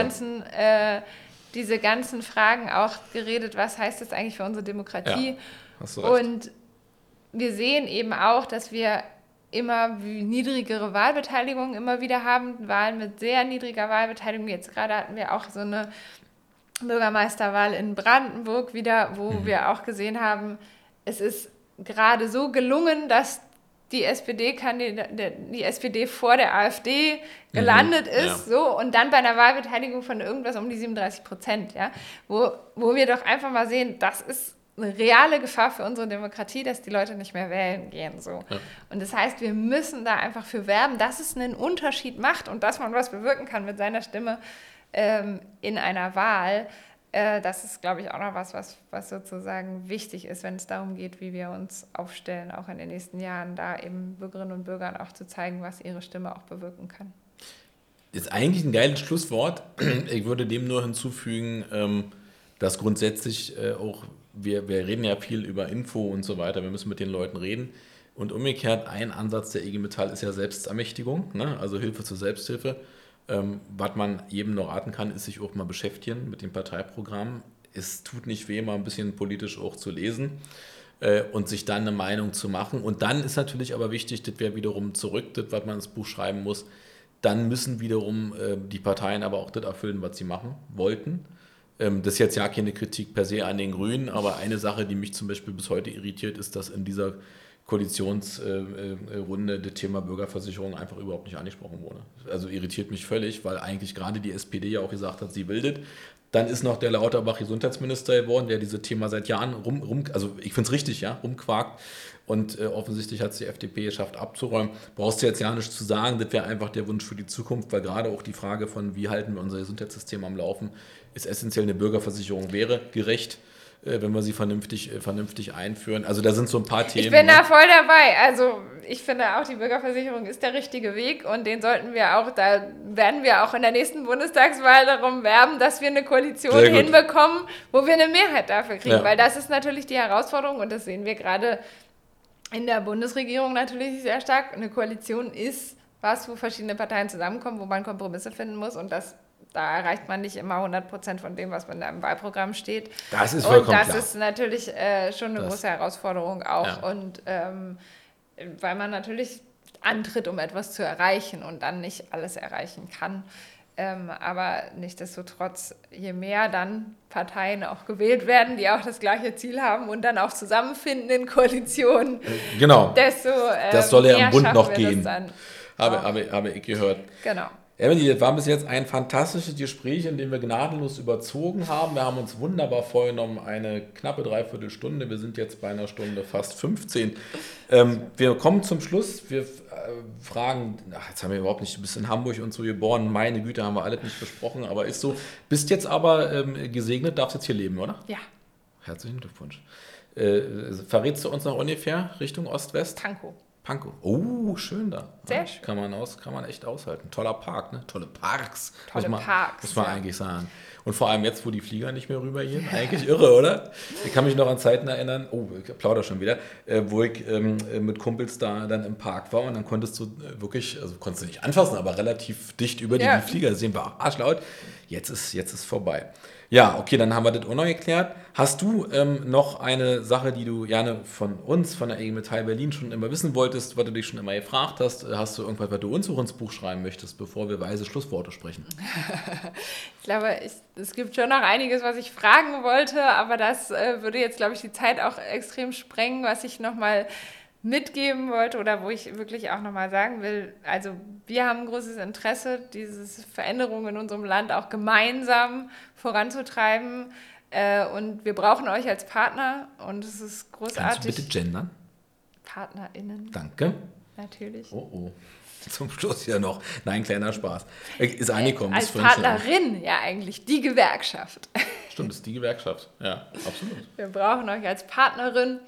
diese ganzen Fragen auch geredet, was heißt das eigentlich für unsere Demokratie? Ja, hast du recht. Und wir sehen eben auch, dass wir immer niedrigere Wahlbeteiligung immer wieder haben, Wahlen mit sehr niedriger Wahlbeteiligung. Jetzt gerade hatten wir auch so eine Bürgermeisterwahl in Brandenburg wieder, wo wir auch gesehen haben, es ist gerade so gelungen, dass die SPD vor der AfD gelandet ist, so, und dann bei einer Wahlbeteiligung von irgendwas um die 37%, ja, wo wir doch einfach mal sehen, das ist eine reale Gefahr für unsere Demokratie, dass die Leute nicht mehr wählen gehen. So. Ja. Und das heißt, wir müssen da einfach für werben, dass es einen Unterschied macht und dass man was bewirken kann mit seiner Stimme in einer Wahl. Das ist, glaube ich, auch noch was sozusagen wichtig ist, wenn es darum geht, wie wir uns aufstellen, auch in den nächsten Jahren, da eben Bürgerinnen und Bürgern auch zu zeigen, was ihre Stimme auch bewirken kann. Das ist eigentlich ein geiles Schlusswort. Ich würde dem nur hinzufügen, dass grundsätzlich auch, wir reden ja viel über Info und so weiter, wir müssen mit den Leuten reden. Und umgekehrt, ein Ansatz der IG Metall ist ja Selbstermächtigung, ne? Also Hilfe zur Selbsthilfe. Was man jedem noch raten kann, ist sich auch mal beschäftigen mit dem Parteiprogramm. Es tut nicht weh, mal ein bisschen politisch auch zu lesen und sich dann eine Meinung zu machen. Und dann ist natürlich aber wichtig, das wäre wiederum zurück, das, was man ins Buch schreiben muss, dann müssen wiederum die Parteien aber auch das erfüllen, was sie machen wollten. Das ist jetzt ja keine Kritik per se an den Grünen, aber eine Sache, die mich zum Beispiel bis heute irritiert, ist, dass in dieser Koalitionsrunde das Thema Bürgerversicherung einfach überhaupt nicht angesprochen wurde. Also irritiert mich völlig, weil eigentlich gerade die SPD ja auch gesagt hat, sie will das. Dann ist noch der Lauterbach Gesundheitsminister geworden, der dieses Thema seit Jahren also ich finde es richtig, ja, rumquakt. Und offensichtlich hat es die FDP geschafft abzuräumen. Brauchst du jetzt ja nichts zu sagen, das wäre einfach der Wunsch für die Zukunft, weil gerade auch die Frage von, wie halten wir unser Gesundheitssystem am Laufen, ist essentiell. Eine Bürgerversicherung wäre gerecht, wenn wir sie vernünftig einführen. Also da sind so ein paar Themen. Ich bin da voll dabei. Also ich finde auch, die Bürgerversicherung ist der richtige Weg und da werden wir auch in der nächsten Bundestagswahl darum werben, dass wir eine Koalition hinbekommen, wo wir eine Mehrheit dafür kriegen. Ja. Weil das ist natürlich die Herausforderung und das sehen wir gerade in der Bundesregierung natürlich sehr stark. Eine Koalition ist was, wo verschiedene Parteien zusammenkommen, wo man Kompromisse finden muss und da erreicht man nicht immer 100% von dem, was in einem Wahlprogramm steht. Das ist vollkommen klar. Und das ist natürlich schon eine große Herausforderung auch. Ja. Und weil man natürlich antritt, um etwas zu erreichen und dann nicht alles erreichen kann. Aber nichtsdestotrotz, je mehr dann Parteien auch gewählt werden, die auch das gleiche Ziel haben und dann auch zusammenfinden in Koalitionen, genau. desto das soll ja im Bund noch gehen. Habe ich gehört. Genau. Emily, das war bis jetzt ein fantastisches Gespräch, in dem wir gnadenlos überzogen haben. Wir haben uns wunderbar vorgenommen, eine knappe Dreiviertelstunde. Wir sind jetzt bei einer Stunde fast 15. Wir kommen zum Schluss. Wir fragen, jetzt haben wir überhaupt nicht, du bist in Hamburg und so geboren. Meine Güte, haben wir alles nicht besprochen, aber ist so. Bist jetzt aber gesegnet, darfst jetzt hier leben, oder? Ja. Herzlichen Glückwunsch. Verrätst du uns noch ungefähr Richtung Ost-West? Pankow. Oh, schön da. Sehr schön. Kann man echt aushalten. Toller Park, ne? Tolle Parks. Muss man eigentlich sagen. Und vor allem jetzt, wo die Flieger nicht mehr rüber gehen, eigentlich irre, oder? Ich kann mich noch an Zeiten erinnern, ich plaudere schon wieder, wo ich mit Kumpels da dann im Park war und dann konntest du wirklich, also konntest du nicht anfassen, aber relativ dicht über die Flieger sehen, war arschlaut. Jetzt ist vorbei. Ja, okay, dann haben wir das auch noch geklärt. Hast du noch eine Sache, die du gerne von uns, von der IG Metall Berlin schon immer wissen wolltest, was du dich schon immer gefragt hast? Hast du irgendwas, was du uns auch ins Buch schreiben möchtest, bevor wir weise Schlussworte sprechen? Ich glaube, es gibt schon noch einiges, was ich fragen wollte, aber das würde jetzt, glaube ich, die Zeit auch extrem sprengen, was ich nochmal mitgeben wollte oder wo ich wirklich auch nochmal sagen will, also wir haben ein großes Interesse, diese Veränderungen in unserem Land auch gemeinsam voranzutreiben und wir brauchen euch als Partner und es ist großartig. Kannst du bitte gendern? PartnerInnen. Danke. Natürlich. Oh. Zum Schluss ja noch. Nein, kleiner Spaß. Ist angekommen. Als Partnerin ja eigentlich die Gewerkschaft. Stimmt, ist die Gewerkschaft. Ja, absolut. Wir brauchen euch als Partnerin.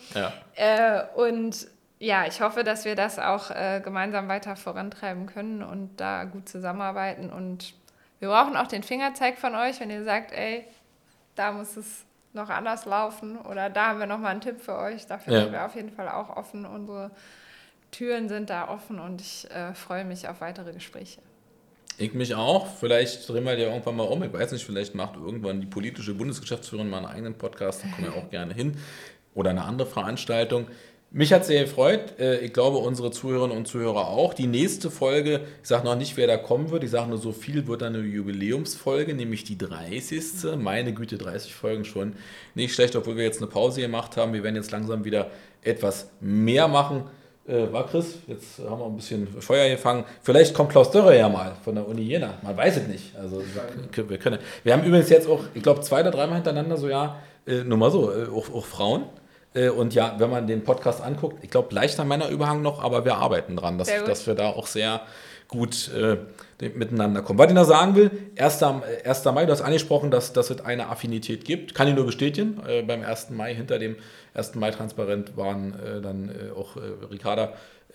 Ja. Und ja, ich hoffe, dass wir das auch gemeinsam weiter vorantreiben können und da gut zusammenarbeiten. Und wir brauchen auch den Fingerzeig von euch, wenn ihr sagt, ey, da muss es noch anders laufen oder da haben wir nochmal einen Tipp für euch. Dafür sind wir auf jeden Fall auch offen. Unsere Türen sind da offen und ich freue mich auf weitere Gespräche. Ich mich auch. Vielleicht drehen wir ja irgendwann mal um. Ich weiß nicht, vielleicht macht irgendwann die politische Bundesgeschäftsführerin mal einen eigenen Podcast. Da kommen wir auch gerne hin. Oder eine andere Veranstaltung. Mich hat es sehr gefreut. Ich glaube, unsere Zuhörerinnen und Zuhörer auch. Die nächste Folge, ich sage noch nicht, wer da kommen wird. Ich sage nur, so viel wird dann eine Jubiläumsfolge, nämlich die 30. Meine Güte, 30 Folgen schon. Nicht schlecht, obwohl wir jetzt eine Pause gemacht haben. Wir werden jetzt langsam wieder etwas mehr machen. War Chris, jetzt haben wir ein bisschen Feuer gefangen. Vielleicht kommt Klaus Dörrer ja mal von der Uni Jena. Man weiß es nicht. Also wir können. Wir haben übrigens jetzt auch, ich glaube, 2 oder 3 Mal hintereinander so, nur mal so, auch Frauen. Und ja, wenn man den Podcast anguckt, ich glaube, leichter Männerüberhang noch, aber wir arbeiten dran, dass wir da auch sehr gut miteinander kommen. Was ich noch sagen will, 1. Mai, du hast angesprochen, dass es eine Affinität gibt. Kann ich nur bestätigen. Beim 1. Mai, hinter dem 1. Mai-Transparent waren dann auch Ricarda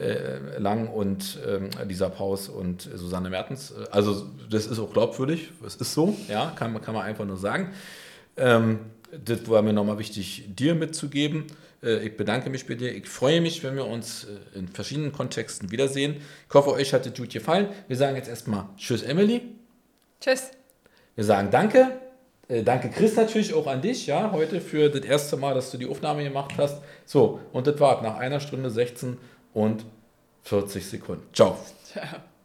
Lang und Lisa Paus und Susanne Mertens. Also das ist auch glaubwürdig, es ist so, ja, kann man einfach nur sagen. Das war mir nochmal wichtig, dir mitzugeben. Ich bedanke mich bei dir. Ich freue mich, wenn wir uns in verschiedenen Kontexten wiedersehen. Ich hoffe, euch hat es gut gefallen. Wir sagen jetzt erstmal Tschüss, Emily. Tschüss. Wir sagen Danke. Danke, Chris, natürlich auch an dich, ja, heute für das erste Mal, dass du die Aufnahme gemacht hast. So, und das war nach 1 Stunde 16 und 40 Sekunden. Ciao. Ciao.